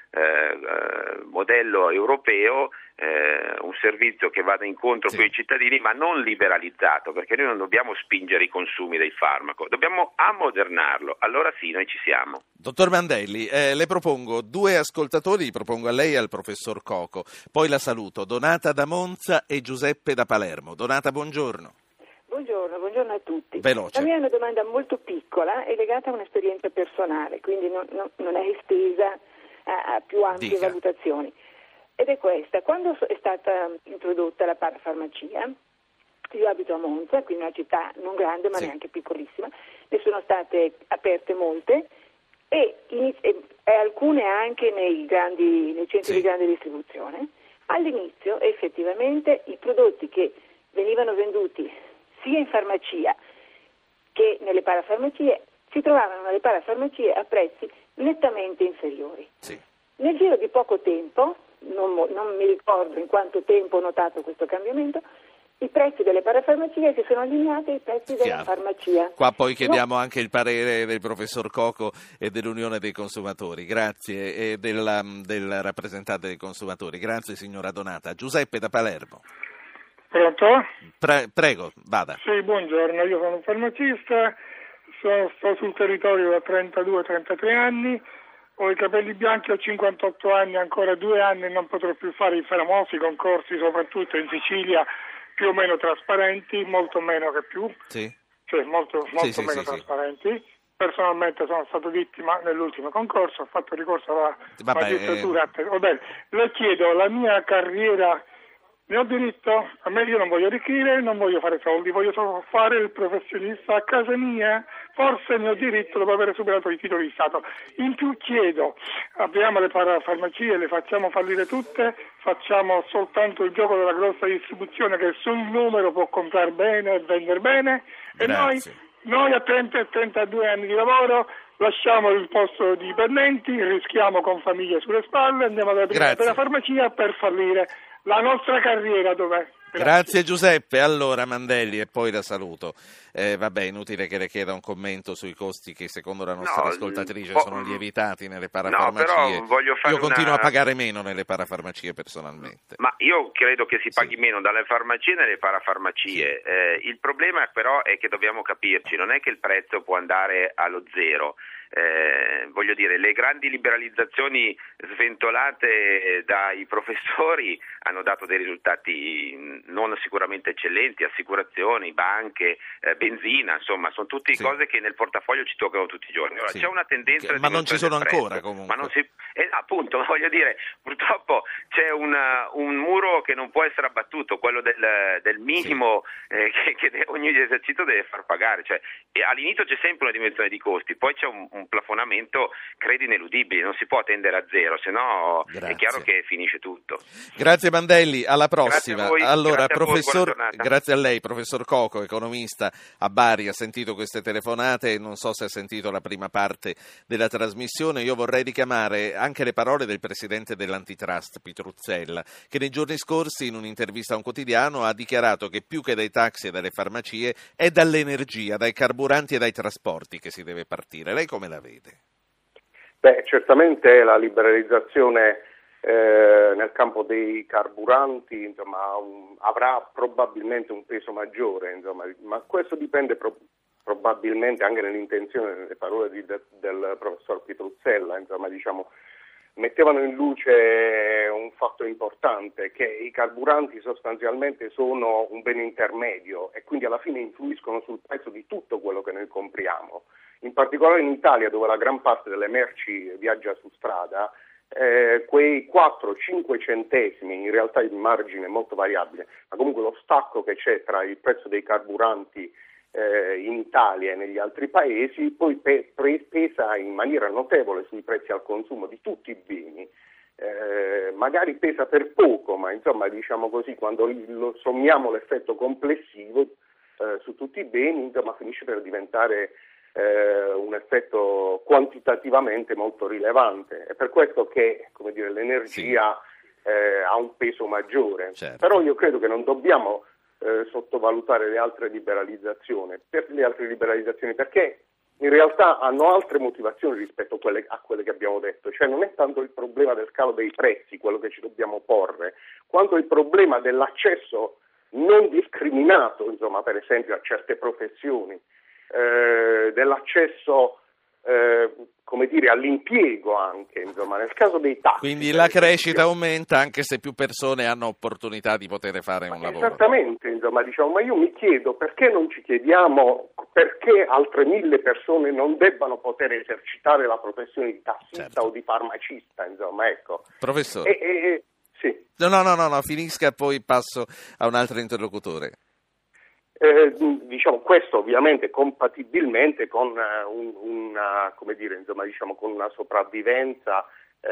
eh, modello europeo, eh, un servizio che vada incontro sì. con i cittadini, ma non liberalizzato, perché noi non dobbiamo spingere i consumi del farmaco, dobbiamo ammodernarlo, allora sì, noi ci siamo. Dottor Mandelli, eh, le propongo due ascoltatori, li propongo a lei e al professor Coco, poi la saluto, Donata da Monza e Giuseppe da Palermo. Donata, buongiorno. Buongiorno, buongiorno a tutti. Veloce. La mia è una domanda molto piccola e legata a un'esperienza personale, quindi non, non, non è estesa a, a più ampie Dica. valutazioni. Ed è questa: quando è stata introdotta la parafarmacia, io abito a Monza, quindi una città non grande ma sì. neanche piccolissima, ne sono state aperte molte e, iniz- e, e alcune anche nei, grandi, nei centri sì. di grande distribuzione. All'inizio effettivamente i prodotti che venivano venduti sia in farmacia che nelle parafarmacie si trovavano nelle parafarmacie a prezzi nettamente inferiori. Sì. Nel giro di poco tempo, non, non mi ricordo in quanto tempo ho notato questo cambiamento, i prezzi delle parafarmacie si sono allineati ai prezzi della Chiaro. farmacia. Qua poi chiediamo no. anche il parere del professor Coco e dell'Unione dei Consumatori. Grazie, e della, del rappresentante dei consumatori. Grazie signora Donata. Giuseppe da Palermo. Pronto? Pre- prego, vada. Sì, buongiorno, io sono un farmacista, sono, sto sul territorio da trentadue trentatré anni, ho i capelli bianchi, ho cinquantotto anni, ancora due anni non potrò più fare i famosi concorsi, soprattutto in Sicilia, più o meno trasparenti, molto meno che più, sì. cioè molto, molto sì, sì, meno sì, trasparenti. Sì. Personalmente sono stato vittima nell'ultimo concorso, ho fatto ricorso alla Vabbè, magistratura. Eh... Va bene, le chiedo, la mia carriera, ne ho diritto? A me io non voglio arricchire, non voglio fare soldi, voglio solo fare il professionista a casa mia. Forse ne ho diritto dopo aver superato i titoli di Stato. In più chiedo, apriamo le parafarmacie, le facciamo fallire tutte, facciamo soltanto il gioco della grossa distribuzione che sul numero può comprare bene e vendere bene, e noi, noi a trenta e trentadue anni di lavoro lasciamo il posto di dipendenti, rischiamo con famiglie sulle spalle, andiamo alla prima per la farmacia per fallire. La nostra carriera dov'è? Grazie. Grazie Giuseppe. Allora Mandelli, e poi la saluto. Eh, vabbè, inutile che le chieda un commento sui costi che secondo la nostra no, ascoltatrice po- sono lievitati nelle parafarmacie. No, però voglio fare io continuo una... a pagare meno nelle parafarmacie personalmente. Ma io credo che si paghi sì. meno dalle farmacie e nelle parafarmacie. Sì. Eh, il problema però è che dobbiamo capirci, non è che il prezzo può andare allo zero. Eh, voglio dire, le grandi liberalizzazioni sventolate dai professori hanno dato dei risultati non sicuramente eccellenti, assicurazioni, banche, eh, benzina, insomma, sono tutte sì. cose che nel portafoglio ci toccano tutti i giorni. Ora, sì. c'è una tendenza, ma non ci sono ancora prezzo, comunque. Ma non si, eh, appunto, voglio dire, purtroppo c'è una, un muro che non può essere abbattuto, quello del, del minimo sì. eh, che, che ogni esercizio deve far pagare. Cioè, all'inizio c'è sempre una dimensione di costi, poi c'è un, un plafonamento, credo, ineludibile, non si può tendere a zero, se no è chiaro che finisce tutto. Grazie Mandelli, alla prossima. Grazie a voi, allora, grazie a voi, professor, buona giornata. grazie a lei, professor Coco, economista a Bari, ha sentito queste telefonate e non so se ha sentito la prima parte della trasmissione. Io vorrei richiamare anche le parole del presidente dell'Antitrust, Pitruzzella, che nei giorni scorsi in un'intervista a un quotidiano ha dichiarato che più che dai taxi e dalle farmacie è dall'energia, dai carburanti e dai trasporti che si deve partire. Lei come la vede? Beh, certamente la liberalizzazione eh, nel campo dei carburanti insomma, un, avrà probabilmente un peso maggiore, insomma, ma questo dipende pro- probabilmente anche nell'intenzione delle parole di, de, del professor Pitruzzella, insomma, diciamo, mettevano in luce un fatto importante, che i carburanti sostanzialmente sono un bene intermedio e quindi alla fine influiscono sul prezzo di tutto quello che noi compriamo. In particolare in Italia, dove la gran parte delle merci viaggia su strada, eh, quei quattro cinque centesimi, in realtà il margine è molto variabile, ma comunque lo stacco che c'è tra il prezzo dei carburanti eh, in Italia e negli altri paesi, poi pe- pre- pesa in maniera notevole sui prezzi al consumo di tutti i beni. Eh, magari pesa per poco, ma insomma diciamo così, quando lo sommiamo l'effetto complessivo eh, su tutti i beni, insomma finisce per diventare Eh, un effetto quantitativamente molto rilevante. È per questo che, come dire, l'energia sì. eh, ha un peso maggiore. Certo. Però io credo che non dobbiamo eh, sottovalutare le altre liberalizzazioni, per le altre liberalizzazioni, perché in realtà hanno altre motivazioni rispetto a quelle, a quelle che abbiamo detto. Cioè non è tanto il problema del calo dei prezzi quello che ci dobbiamo porre, quanto il problema dell'accesso non discriminato, insomma, per esempio a certe professioni. Eh, dell'accesso eh, come dire all'impiego anche, insomma, nel caso dei taxi. Quindi la crescita aumenta anche se più persone hanno opportunità di poter fare un lavoro. Esattamente, insomma, diciamo, ma io mi chiedo perché non ci chiediamo perché altre mille persone non debbano poter esercitare la professione di tassista certo. o di farmacista, insomma, ecco. Professore. E, e, sì. No, no, no, no, no, finisca, poi passo a un altro interlocutore. Eh, diciamo questo ovviamente compatibilmente con uh, un, una come dire insomma diciamo con una sopravvivenza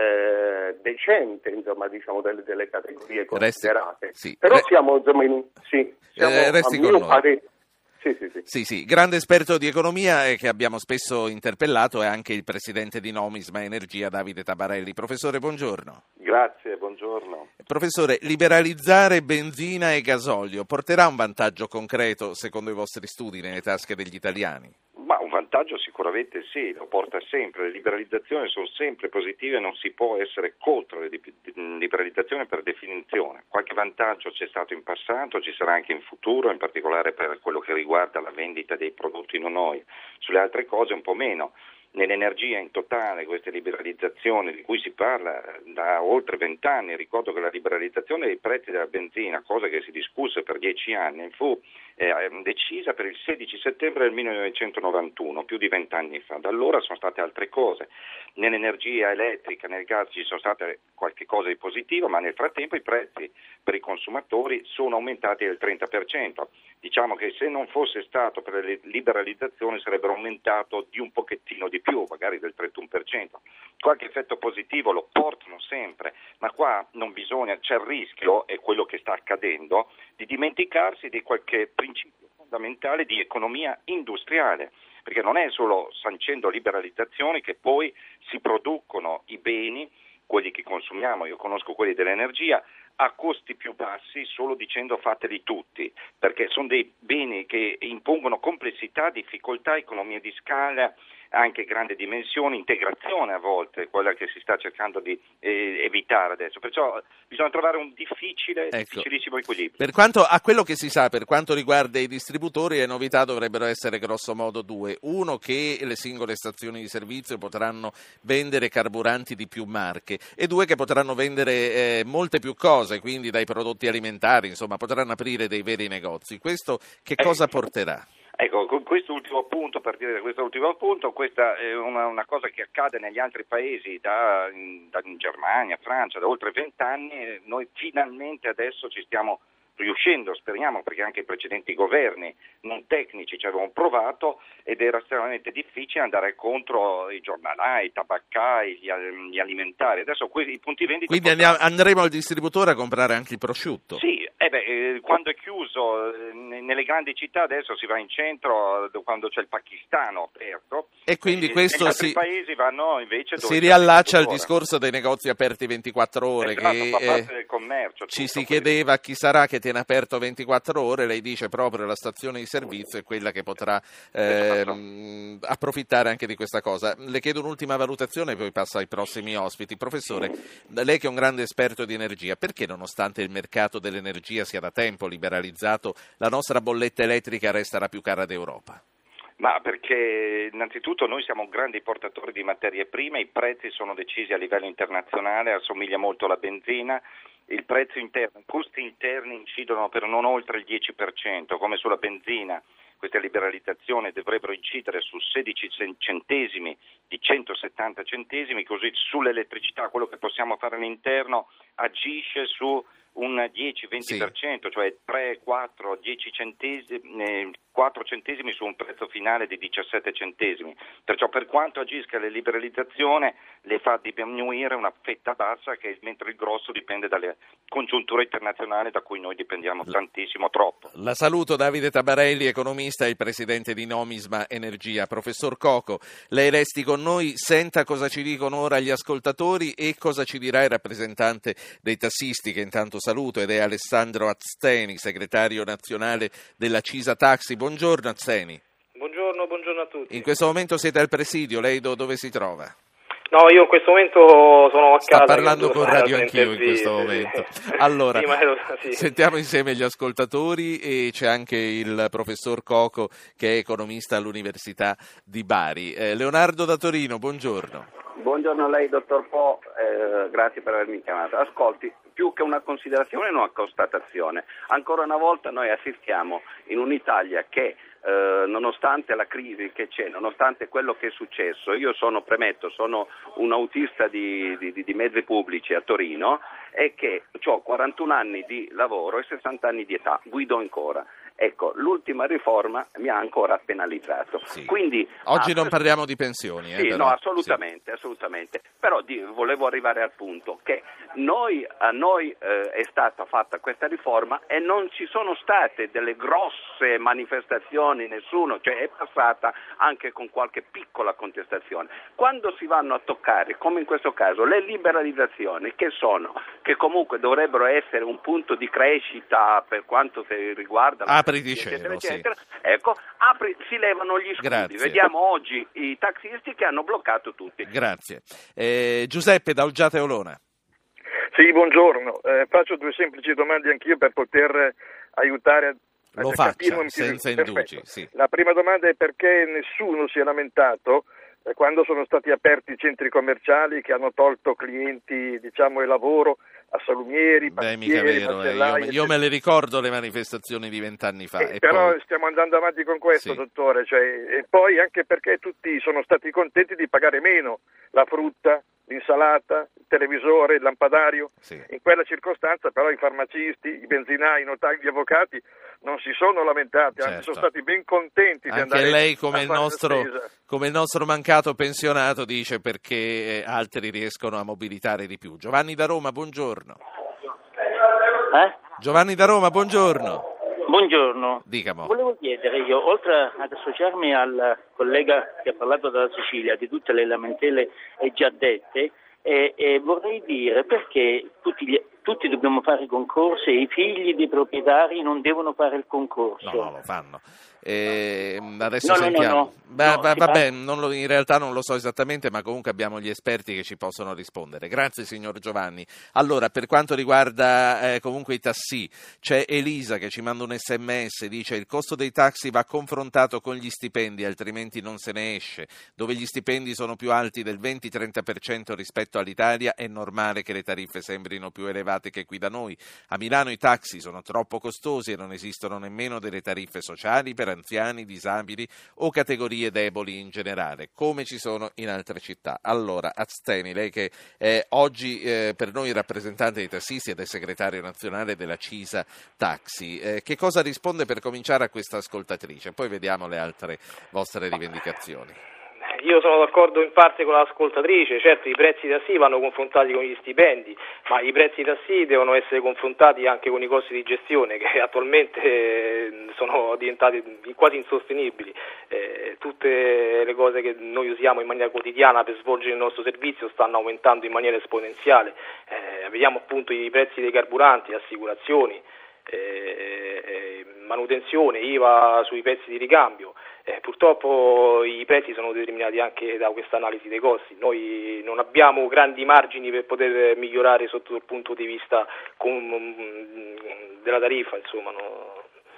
eh, decente insomma diciamo delle, delle categorie considerate. Resti, sì. Però Re... siamo insomma in un sì, siamo, eh, resti a con mio noi. pare... Sì, sì, sì. Sì, sì, grande esperto di economia e che abbiamo spesso interpellato è anche il presidente di Nomisma Energia, Davide Tabarelli. Professore, buongiorno. Grazie, buongiorno. Professore, liberalizzare benzina e gasolio porterà un vantaggio concreto, secondo i vostri studi, nelle tasche degli italiani? Ma un vantaggio sicuramente sì, lo porta sempre. Le liberalizzazioni sono sempre positive, non si può essere contro le liberalizzazioni per definizione. Qualche vantaggio c'è stato in passato, ci sarà anche in futuro, in particolare per quello che riguarda la vendita dei prodotti non noi. Sulle altre cose un po' meno. Nell'energia in totale queste liberalizzazioni di cui si parla da oltre vent'anni, ricordo che la liberalizzazione dei prezzi della benzina, cosa che si discusse per dieci anni, fu eh, decisa per il sedici settembre del millenovecentonovantuno, più di vent'anni fa. Da allora sono state altre cose. Nell'energia elettrica, nel gas ci sono state qualche cosa di positivo, ma nel frattempo i prezzi per i consumatori sono aumentati del trenta per cento. Diciamo che se non fosse stato per le liberalizzazioni sarebbero aumentato di un pochettino di più, magari del trentuno per cento. Qualche effetto positivo lo portano sempre, ma qua non bisogna, c'è il rischio, è quello che sta accadendo, di dimenticarsi di qualche principio fondamentale di economia industriale, perché non è solo sancendo liberalizzazioni che poi si producono i beni, quelli che consumiamo, io conosco quelli dell'energia, a costi più bassi solo dicendo fateli tutti, perché sono dei beni che impongono complessità, difficoltà, economia di scala, anche grandi dimensioni, integrazione a volte, quella che si sta cercando di eh, evitare adesso. Perciò bisogna trovare un difficile, ecco, difficilissimo equilibrio. Per quanto a quello che si sa, per quanto riguarda i distributori, le novità dovrebbero essere grosso modo due. Uno, che le singole stazioni di servizio potranno vendere carburanti di più marche, e due, che potranno vendere eh, molte più cose, quindi dai prodotti alimentari, insomma, potranno aprire dei veri negozi. Questo che cosa porterà? Ecco, con questo ultimo punto, per dire questo ultimo punto, questa è una, una cosa che accade negli altri paesi, da in, da in Germania, Francia, da oltre vent'anni, noi finalmente adesso ci stiamo riuscendo, speriamo, perché anche i precedenti governi non tecnici ci avevano provato ed era estremamente difficile andare contro i giornalai, i tabaccai, gli, gli alimentari. Adesso questi, i punti vendita... Quindi andiamo, andremo al distributore a comprare anche il prosciutto? Sì, eh beh, eh, quando è chiuso, eh, nelle grandi città adesso si va in centro, eh, quando c'è il Pakistano aperto, e quindi eh, questo negli altri si, paesi vanno invece dove si riallaccia al discorso dei negozi aperti ventiquattro ore, esatto, che fa parte eh, del commercio, ci tutto, si chiedeva chi sarà che tiene aperto ventiquattro ore. Lei dice proprio la stazione di servizio è quella che potrà ehm, approfittare anche di questa cosa. Le chiedo un'ultima valutazione e poi passo ai prossimi ospiti. Professore, lei che è un grande esperto di energia, perché nonostante il mercato dell'energia sia da tempo liberalizzato, la nostra bolletta elettrica resta la più cara d'Europa? Ma perché innanzitutto noi siamo grandi portatori di materie prime, i prezzi sono decisi a livello internazionale, assomiglia molto alla benzina, il prezzo interno, i costi interni incidono per non oltre il dieci per cento, come sulla benzina. Queste liberalizzazioni dovrebbero incidere su sedici centesimi di centosettanta centesimi, così sull'elettricità quello che possiamo fare all'interno agisce su un dieci venti per cento, sì. Cioè tre, quattro, dieci centesimi, eh, quattro centesimi su un prezzo finale di diciassette centesimi. Perciò per quanto agisca la liberalizzazione le fa diminuire una fetta bassa, che mentre il grosso dipende dalle congiunture internazionali da cui noi dipendiamo tantissimo, troppo. La saluto, Davide Tabarelli, economista e il presidente di Nomisma Energia. Professor Coco, lei resti con noi, senta cosa ci dicono ora gli ascoltatori e cosa ci dirà il rappresentante dei tassisti, che intanto saluto, ed è Alessandro Azteni, segretario nazionale della Cisa Taxi. Buongiorno Azteni. Buongiorno, buongiorno a tutti. In questo momento siete al presidio, lei do, dove si trova? No, io in questo momento sono a Sta casa. Sta parlando con Radio Anch'io in questo sì, momento. Sì. Allora, sì, ma io, sì. sentiamo insieme gli ascoltatori, e c'è anche il professor Coco, che è economista all'Università di Bari. Eh, Leonardo da Torino, buongiorno. Buongiorno a lei, dottor Po, eh, grazie per avermi chiamato. Ascolti, più che una considerazione è una constatazione. Ancora una volta noi assistiamo in un'Italia che, eh, nonostante la crisi che c'è, nonostante quello che è successo, io sono, premetto, sono un autista di, di, di mezzi pubblici a Torino, e che ho quarantuno anni di lavoro e sessanta anni di età, guido ancora. Ecco, l'ultima riforma mi ha ancora penalizzato. Sì. Quindi, Oggi ah, non parliamo di pensioni. Eh, sì, però. no, assolutamente, sì. assolutamente. Però di, volevo arrivare al punto che noi, a noi eh, è stata fatta questa riforma e non ci sono state delle grosse manifestazioni, nessuno, cioè è passata anche con qualche piccola contestazione. Quando si vanno a toccare, come in questo caso, le liberalizzazioni che sono, che comunque dovrebbero essere un punto di crescita per quanto riguarda la apri di cielo, eccetera, sì. eccetera, ecco, apri, si levano gli scudi. Grazie. Vediamo oggi i taxisti che hanno bloccato tutti. Grazie. Eh, Giuseppe da Olgiata e Olona. Sì, buongiorno. Eh, faccio due semplici domande anch'io per poter aiutare a Lo a faccia, capire senza Perfetto. indugi. Sì. La prima domanda è perché nessuno si è lamentato eh, quando sono stati aperti i centri commerciali che hanno tolto clienti, diciamo, e lavoro a salumieri, Beh, mica panettieri, vero, eh. macellai, io, io me le ricordo le manifestazioni di vent'anni fa. Eh, e però poi... stiamo andando avanti con questo, Sì. dottore, cioè, e poi anche perché tutti sono stati contenti di pagare meno la frutta, l'insalata, il televisore, il lampadario. Sì. In quella circostanza però i farmacisti, i benzinai, i notai, gli avvocati non si sono lamentati, anzi Certo. sono stati ben contenti di Anche andare lei, come a il, fare la nostro, spesa. come il nostro mancato pensionato, dice perché eh, altri riescono a mobilitare di più. Giovanni da Roma, buongiorno. Eh? Giovanni da Roma, buongiorno. Buongiorno. Dicamo. Volevo chiedere io, oltre ad associarmi al collega che ha parlato dalla Sicilia, di tutte le lamentele già dette, eh, eh, vorrei dire perché tutti, gli, tutti dobbiamo fare i concorsi e i figli dei proprietari non devono fare il concorso. No, no, lo fanno. Eh, adesso No, no, sentiamo. no, no. Beh, No, va- si vabbè, parla- non lo- in realtà non lo so esattamente, ma comunque abbiamo gli esperti che ci possono rispondere. Grazie signor Giovanni. Allora, per quanto riguarda eh, comunque i tassi, c'è Elisa che ci manda un sms, dice il costo dei taxi va confrontato con gli stipendi, altrimenti non se ne esce. Dove gli stipendi sono più alti del venti trenta per cento rispetto all'Italia, è normale che le tariffe sembrino più elevate che qui da noi. A Milano i taxi sono troppo costosi e non esistono nemmeno delle tariffe sociali per anziani, disabili o categorie deboli in generale, come ci sono in altre città. Allora, Azteni, lei che è oggi eh, per noi rappresentante dei tassisti ed è segretario nazionale della CISA Taxi, eh, che cosa risponde per cominciare a questa ascoltatrice? Poi vediamo le altre vostre rivendicazioni. Io sono d'accordo in parte con l'ascoltatrice, certo i prezzi tassi vanno confrontati con gli stipendi, ma i prezzi tassi devono essere confrontati anche con i costi di gestione che attualmente sono diventati quasi insostenibili. Eh, tutte le cose che noi usiamo in maniera quotidiana per svolgere il nostro servizio stanno aumentando in maniera esponenziale. Eh, vediamo appunto i prezzi dei carburanti, assicurazioni, eh, manutenzione, I V A sui pezzi di ricambio. Eh, purtroppo i prezzi sono determinati anche da questa analisi dei costi. Noi non abbiamo grandi margini per poter migliorare sotto il punto di vista con, della tariffa, insomma. No.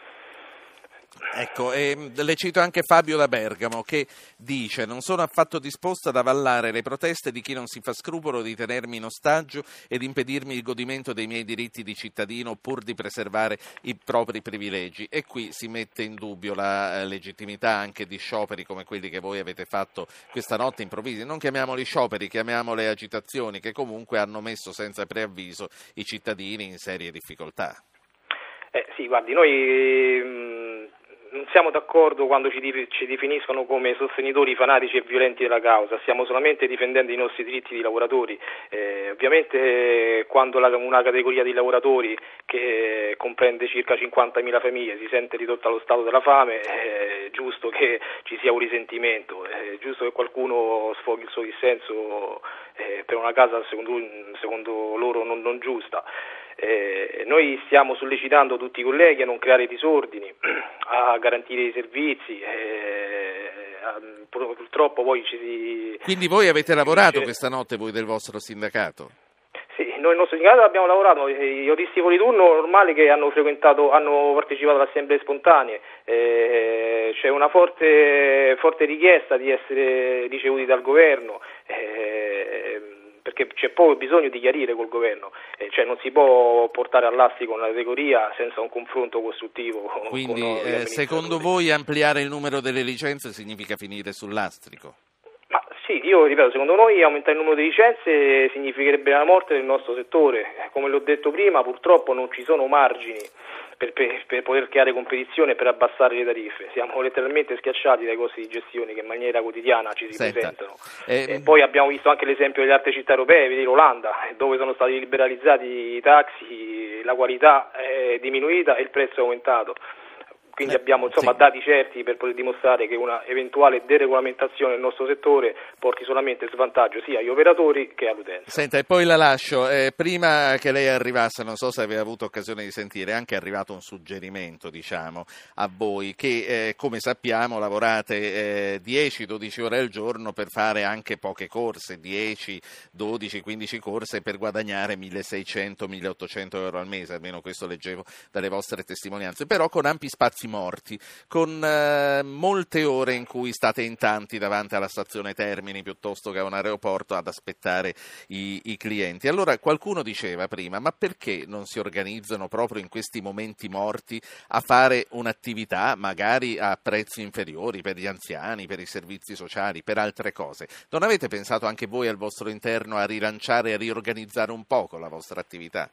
Ecco, e le cito anche Fabio da Bergamo che dice non sono affatto disposto ad avallare le proteste di chi non si fa scrupolo di tenermi in ostaggio ed impedirmi il godimento dei miei diritti di cittadino pur di preservare i propri privilegi, e qui si mette in dubbio la eh, legittimità anche di scioperi come quelli che voi avete fatto questa notte improvvisi. Non chiamiamoli scioperi, chiamiamole agitazioni che comunque hanno messo senza preavviso i cittadini in serie difficoltà. Eh, sì, guardi, noi mh, non siamo d'accordo quando ci, di, ci definiscono come sostenitori fanatici e violenti della causa, stiamo solamente difendendo i nostri diritti di lavoratori. Eh, ovviamente quando la, una categoria di lavoratori che comprende circa cinquantamila famiglie si sente ridotta allo stato della fame, è giusto che ci sia un risentimento, è giusto che qualcuno sfoghi il suo dissenso eh, per una causa secondo, secondo loro non, non giusta. Eh, noi stiamo sollecitando tutti i colleghi a non creare disordini, a garantire i servizi, eh, a, purtroppo poi ci si... Quindi voi avete lavorato questa notte, voi del vostro sindacato? Sì, noi il nostro sindacato abbiamo lavorato, gli autisti fuori turno normali che hanno frequentato, hanno partecipato alle assemblee spontanee, eh, c'è una forte, forte richiesta di essere ricevuti dal governo, eh, perché c'è proprio bisogno di chiarire col governo, eh, cioè non si può portare all'astico una categoria senza un confronto costruttivo. Quindi con eh, secondo voi ampliare il numero delle licenze significa finire sul lastrico? Ma Sì, io ripeto, secondo noi aumentare il numero di licenze significherebbe la morte del nostro settore. Come l'ho detto prima, purtroppo non ci sono margini per, per, per poter creare competizione e per abbassare le tariffe. Siamo letteralmente schiacciati dai costi di gestione che in maniera quotidiana ci si Senta, presentano. eh, E poi abbiamo visto anche l'esempio delle altre città europee, vedi l'Olanda, dove sono stati liberalizzati i taxi, la qualità è diminuita e il prezzo è aumentato. Quindi abbiamo insomma sì. dati certi per poter dimostrare che una eventuale deregolamentazione del nostro settore porti solamente svantaggio sia agli operatori che all'utenza. Senta, e poi la lascio. Eh, prima che lei arrivasse, non so se aveva avuto occasione di sentire, è anche arrivato un suggerimento, diciamo, a voi, che eh, come sappiamo lavorate eh, dieci dodici ore al giorno per fare anche poche corse, dieci, dodici, quindici corse per guadagnare milleseicento milleottocento euro al mese, almeno questo leggevo dalle vostre testimonianze, però con ampi spazi morti, con eh, molte ore in cui state in tanti davanti alla stazione Termini piuttosto che a un aeroporto ad aspettare i, i clienti. Allora qualcuno diceva prima, ma perché non si organizzano proprio in questi momenti morti a fare un'attività magari a prezzi inferiori per gli anziani, per i servizi sociali, per altre cose? Non avete pensato anche voi al vostro interno a rilanciare e a riorganizzare un poco la vostra attività?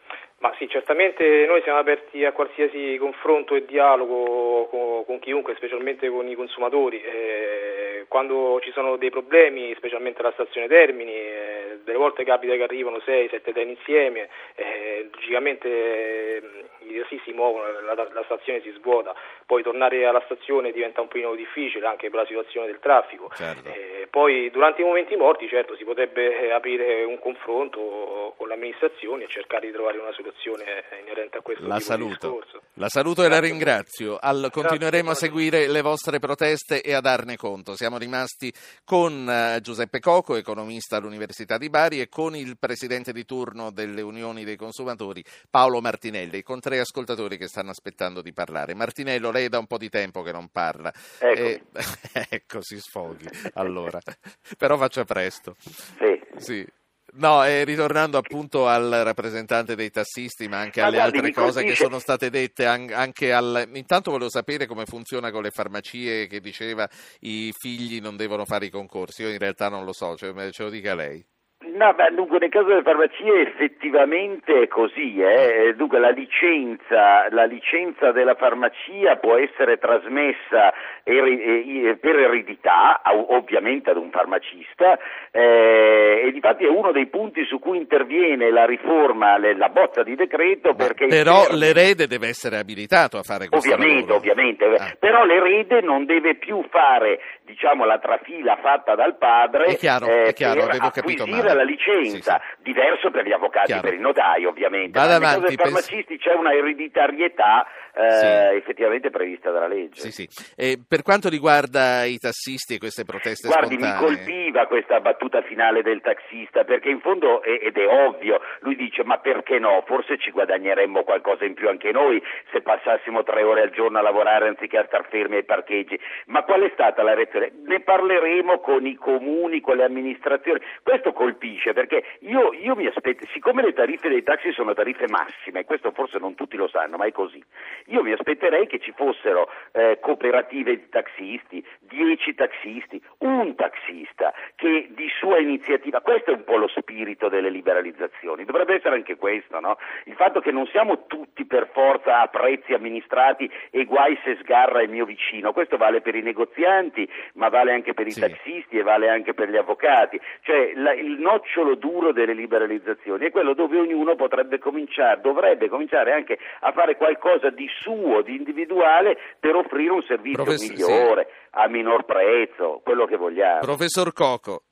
Ma sì, certamente noi siamo aperti a qualsiasi confronto e dialogo con, con chiunque, specialmente con i consumatori. Eh, quando ci sono dei problemi, specialmente alla stazione Termini, eh, delle volte capita che arrivano sei sette treni insieme, eh, logicamente eh, i tassisti si muovono, la, la stazione si svuota, poi tornare alla stazione diventa un pochino difficile anche per la situazione del traffico. Certo. Eh, poi durante i momenti morti, certo, si potrebbe aprire un confronto con le amministrazioni e cercare di trovare una soluzione inerente a questo la tipo saluto. di discorso. La saluto e la ringrazio. Al, continueremo Grazie. a seguire le vostre proteste e a darne conto. Siamo rimasti con uh, Giuseppe Coco, economista all'Università di Bari, e con il presidente di turno delle Unioni dei Consumatori, Paolo Martinelli, con tre ascoltatori che stanno aspettando di parlare. Martinello, lei è da un po' di tempo che non parla. Eh, ecco, si sfoghi. Allora, però faccia presto. Sì. Sì. No, eh, ritornando appunto al rappresentante dei tassisti, ma anche Ma alle guardi, altre mi cose colpisce... che sono state dette, an- anche al... Intanto volevo sapere come funziona con le farmacie, che diceva i figli non devono fare i concorsi. Io in realtà non lo so, cioè, ce lo dica lei. No, ma dunque nel caso delle farmacie effettivamente è così, eh? Dunque la licenza, la licenza della farmacia può essere trasmessa eri- per eredità, ovviamente ad un farmacista, eh, e difatti è uno dei punti su cui interviene la riforma, la bozza di decreto, perché però termine... l'erede deve essere abilitato a fare questo Ovviamente, lavoro. ovviamente, Ah. però l'erede non deve più fare, diciamo, la trafila fatta dal padre È chiaro, eh, è chiaro, per avevo capito acquisire male. la licenza, Sì, sì. diverso per gli avvocati Chiaro. e per i notai, ovviamente. Vada Ma nel caso avanti, dei farmacisti c'è una ereditarietà eh, Sì. effettivamente prevista dalla legge. Sì, sì. E per quanto riguarda i tassisti e queste proteste Guardi, spontanee... mi colpiva questa battuta finale del taxista, perché in fondo, ed è ovvio, lui dice ma perché no, forse ci guadagneremmo qualcosa in più anche noi se passassimo tre ore al giorno a lavorare anziché a star fermi ai parcheggi, ma qual è stata la reazione? Ne parleremo con i comuni, con le amministrazioni. Questo colpisce perché io, io mi aspetto, siccome le tariffe dei taxi sono tariffe massime, questo forse non tutti lo sanno, ma è così, io mi aspetterei che ci fossero eh, cooperative di taxisti, dieci taxisti, un taxista che di sua iniziativa, questo è un po' lo spirito delle liberalizzazioni, dovrebbe essere anche questo, no? Il fatto che non siamo tutti per forza a prezzi amministrati e guai se sgarra il mio vicino, questo vale per i negozianti, ma vale anche per i Sì. taxisti e vale anche per gli avvocati, cioè la, il nocciolo duro delle liberalizzazioni è quello dove ognuno potrebbe cominciare, dovrebbe cominciare anche a fare qualcosa di suo, di individuale, per offrire un servizio Professor- migliore, sì. a minor prezzo, quello che vogliamo. Professor Coco.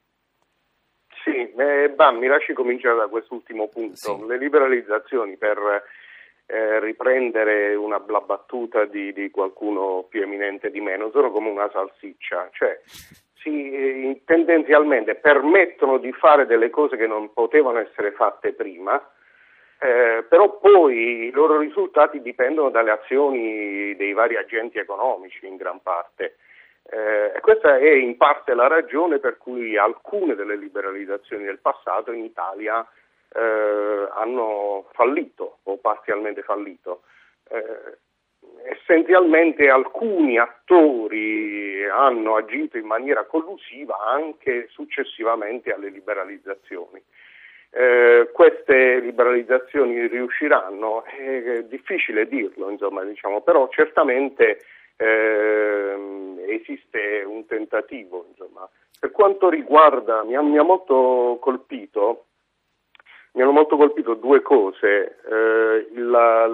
Sì, eh, bah, mi lasci cominciare da quest'ultimo punto. Sì. Le liberalizzazioni, per eh, riprendere una la battuta di, di qualcuno più eminente di me, non sono come una salsiccia, cioè si, eh, tendenzialmente permettono di fare delle cose che non potevano essere fatte prima, eh, però poi i loro risultati dipendono dalle azioni dei vari agenti economici in gran parte. Eh, questa è in parte la ragione per cui alcune delle liberalizzazioni del passato in Italia eh, hanno fallito o parzialmente fallito. Eh, essenzialmente alcuni attori hanno agito in maniera collusiva anche successivamente alle liberalizzazioni. Eh, queste liberalizzazioni riusciranno? È difficile dirlo, insomma, diciamo, però certamente eh, esiste un tentativo. Insomma. Per quanto riguarda, mi ha, mi ha molto colpito, mi hanno molto colpito due cose. Eh, il,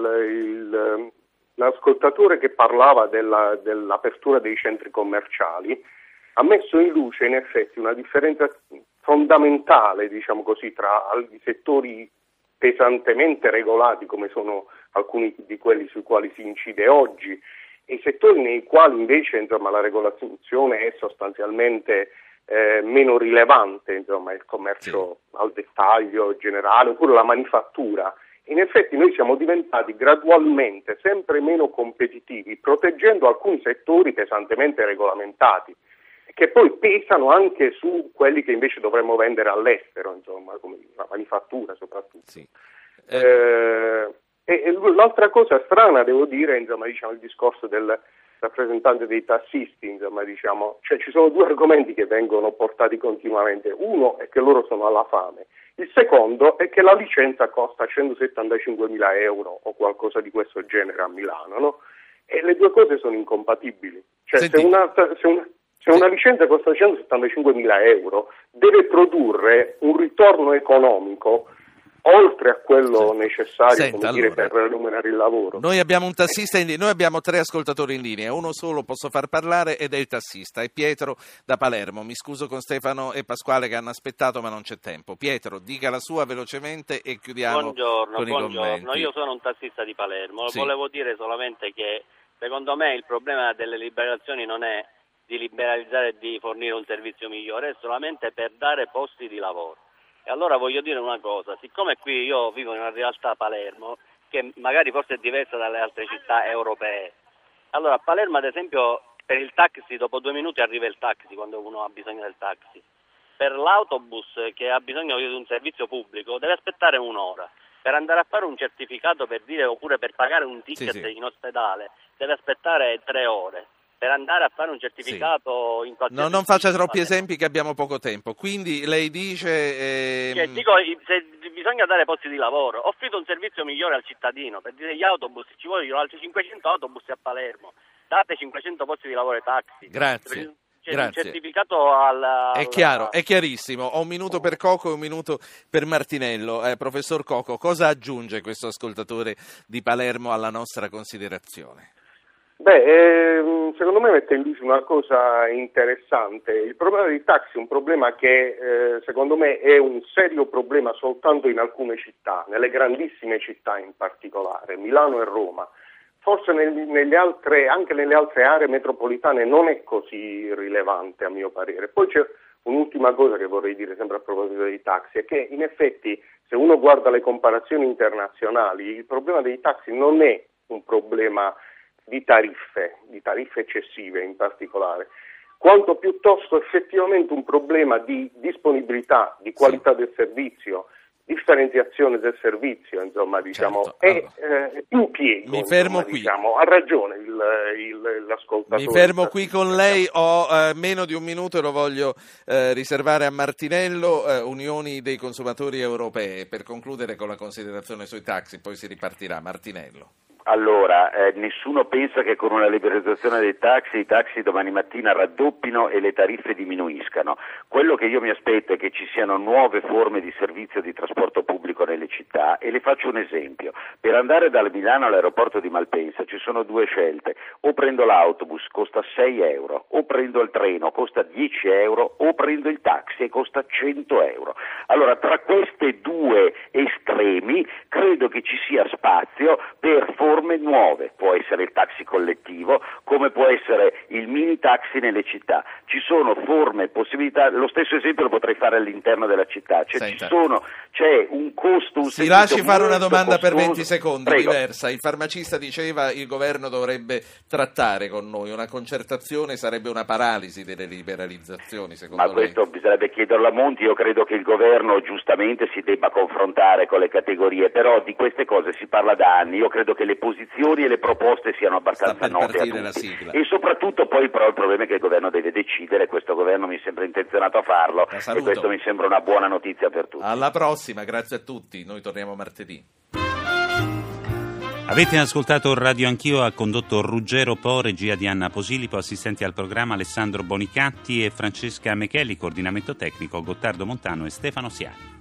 il, l'ascoltatore che parlava della, dell'apertura dei centri commerciali ha messo in luce in effetti una differenza fondamentale, diciamo così, tra i settori pesantemente regolati come sono alcuni di quelli sui quali si incide oggi e i settori nei quali invece insomma, la regolazione è sostanzialmente eh, meno rilevante, insomma il commercio sì. al dettaglio generale oppure la manifattura. In effetti noi siamo diventati gradualmente sempre meno competitivi proteggendo alcuni settori pesantemente regolamentati che poi pesano anche su quelli che invece dovremmo vendere all'estero, insomma, come la manifattura soprattutto. Sì. Eh... Eh, e, e l'altra cosa strana, devo dire, insomma, diciamo, il discorso del rappresentante dei tassisti, insomma, diciamo, cioè ci sono due argomenti che vengono portati continuamente. Uno è che loro sono alla fame, il secondo è che la licenza costa centosettantacinquemila euro o qualcosa di questo genere a Milano, no? E le due cose sono incompatibili. Cioè, se una, se una Se una licenza costa centosettantacinquemila euro, deve produrre un ritorno economico oltre a quello sì. necessario Senta, come dire, allora, per remunerare il lavoro. Noi abbiamo un tassista in linea, noi abbiamo tre ascoltatori in linea, uno solo posso far parlare ed è il tassista, è Pietro da Palermo. Mi scuso con Stefano e Pasquale che hanno aspettato ma non c'è tempo. Pietro, dica la sua velocemente e chiudiamo buongiorno, con buongiorno. i commenti. Io sono un tassista di Palermo, sì. volevo dire solamente che secondo me il problema delle liberazioni non è di liberalizzare e di fornire un servizio migliore, è solamente per dare posti di lavoro. E allora voglio dire una cosa, siccome qui io vivo in una realtà Palermo, che magari forse è diversa dalle altre città europee, allora a Palermo ad esempio per il taxi dopo due minuti arriva il taxi quando uno ha bisogno del taxi, per l'autobus che ha bisogno di un servizio pubblico deve aspettare un'ora, per andare a fare un certificato per dire oppure per pagare un ticket sì, sì. in ospedale deve aspettare tre ore. Per andare a fare un certificato sì. in qualsiasi... No, non faccia troppi esempi che abbiamo poco tempo. Quindi lei dice... Ehm... Cioè, dico, se bisogna dare posti di lavoro. Offrite un servizio migliore al cittadino. Per dire gli autobus, ci vogliono altri cinquecento autobus a Palermo. Date cinquecento posti di lavoro ai taxi. Grazie. Per... C'è Grazie. un certificato alla... È chiaro, è chiarissimo. Ho un minuto per Coco e un minuto per Martinello. Eh, professor Coco, cosa aggiunge questo ascoltatore di Palermo alla nostra considerazione? Beh, ehm, secondo me mette in luce una cosa interessante. Il problema dei taxi è un problema che eh, secondo me è un serio problema soltanto in alcune città, nelle grandissime città in particolare, Milano e Roma. Forse nel, nelle altre, anche nelle altre aree metropolitane non è così rilevante a mio parere. Poi c'è un'ultima cosa che vorrei dire sempre a proposito dei taxi, è che in effetti se uno guarda le comparazioni internazionali il problema dei taxi non è un problema di tariffe, di tariffe eccessive in particolare, quanto piuttosto effettivamente un problema di disponibilità, di qualità sì. del servizio, differenziazione del servizio, insomma, diciamo, certo. e allora, eh, impiego. Mi fermo insomma, qui. Diciamo, ha ragione il, il, l'ascoltatore. Mi fermo qui con lei, ho eh, meno di un minuto e lo voglio eh, riservare a Martinello, eh, Unioni dei consumatori europei, per concludere con la considerazione sui taxi, poi si ripartirà. Martinello. Allora, eh, nessuno pensa che con una liberalizzazione dei taxi i taxi domani mattina raddoppino e le tariffe diminuiscano. Quello che io mi aspetto è che ci siano nuove forme di servizio di trasporto pubblico nelle città e le faccio un esempio. Per andare da Milano all'aeroporto di Malpensa ci sono due scelte: o prendo l'autobus, costa sei euro, o prendo il treno, costa dieci euro, o prendo il taxi e costa cento euro. Allora, tra questi due estremi credo che ci sia spazio per forme nuove, può essere il taxi collettivo, come può essere il mini taxi nelle città. Ci sono forme, possibilità, lo stesso esempio lo potrei fare all'interno della città, cioè ci sono, c'è un costo, un si lasci fare una domanda costoso. Per venti secondi, Prego. diversa. Il farmacista diceva il governo dovrebbe trattare con noi, una concertazione sarebbe una paralisi delle liberalizzazioni, secondo Ma lei? questo bisognerebbe chiederlo a Monti. Io credo che il governo giustamente si debba confrontare con le categorie, però di queste cose si parla da anni. Io credo che le posizioni e le proposte siano abbastanza note a tutti. E soprattutto poi però il problema è che il governo deve decidere, questo governo mi sembra intenzionato a farlo e questo mi sembra una buona notizia per tutti. Alla prossima, grazie a tutti, noi torniamo martedì. Avete ascoltato Radio Anch'io, ha condotto Ruggero Po, regia di Anna Posilipo, assistenti al programma Alessandro Bonicatti e Francesca Mechelli, coordinamento tecnico Gottardo Montano e Stefano Siani.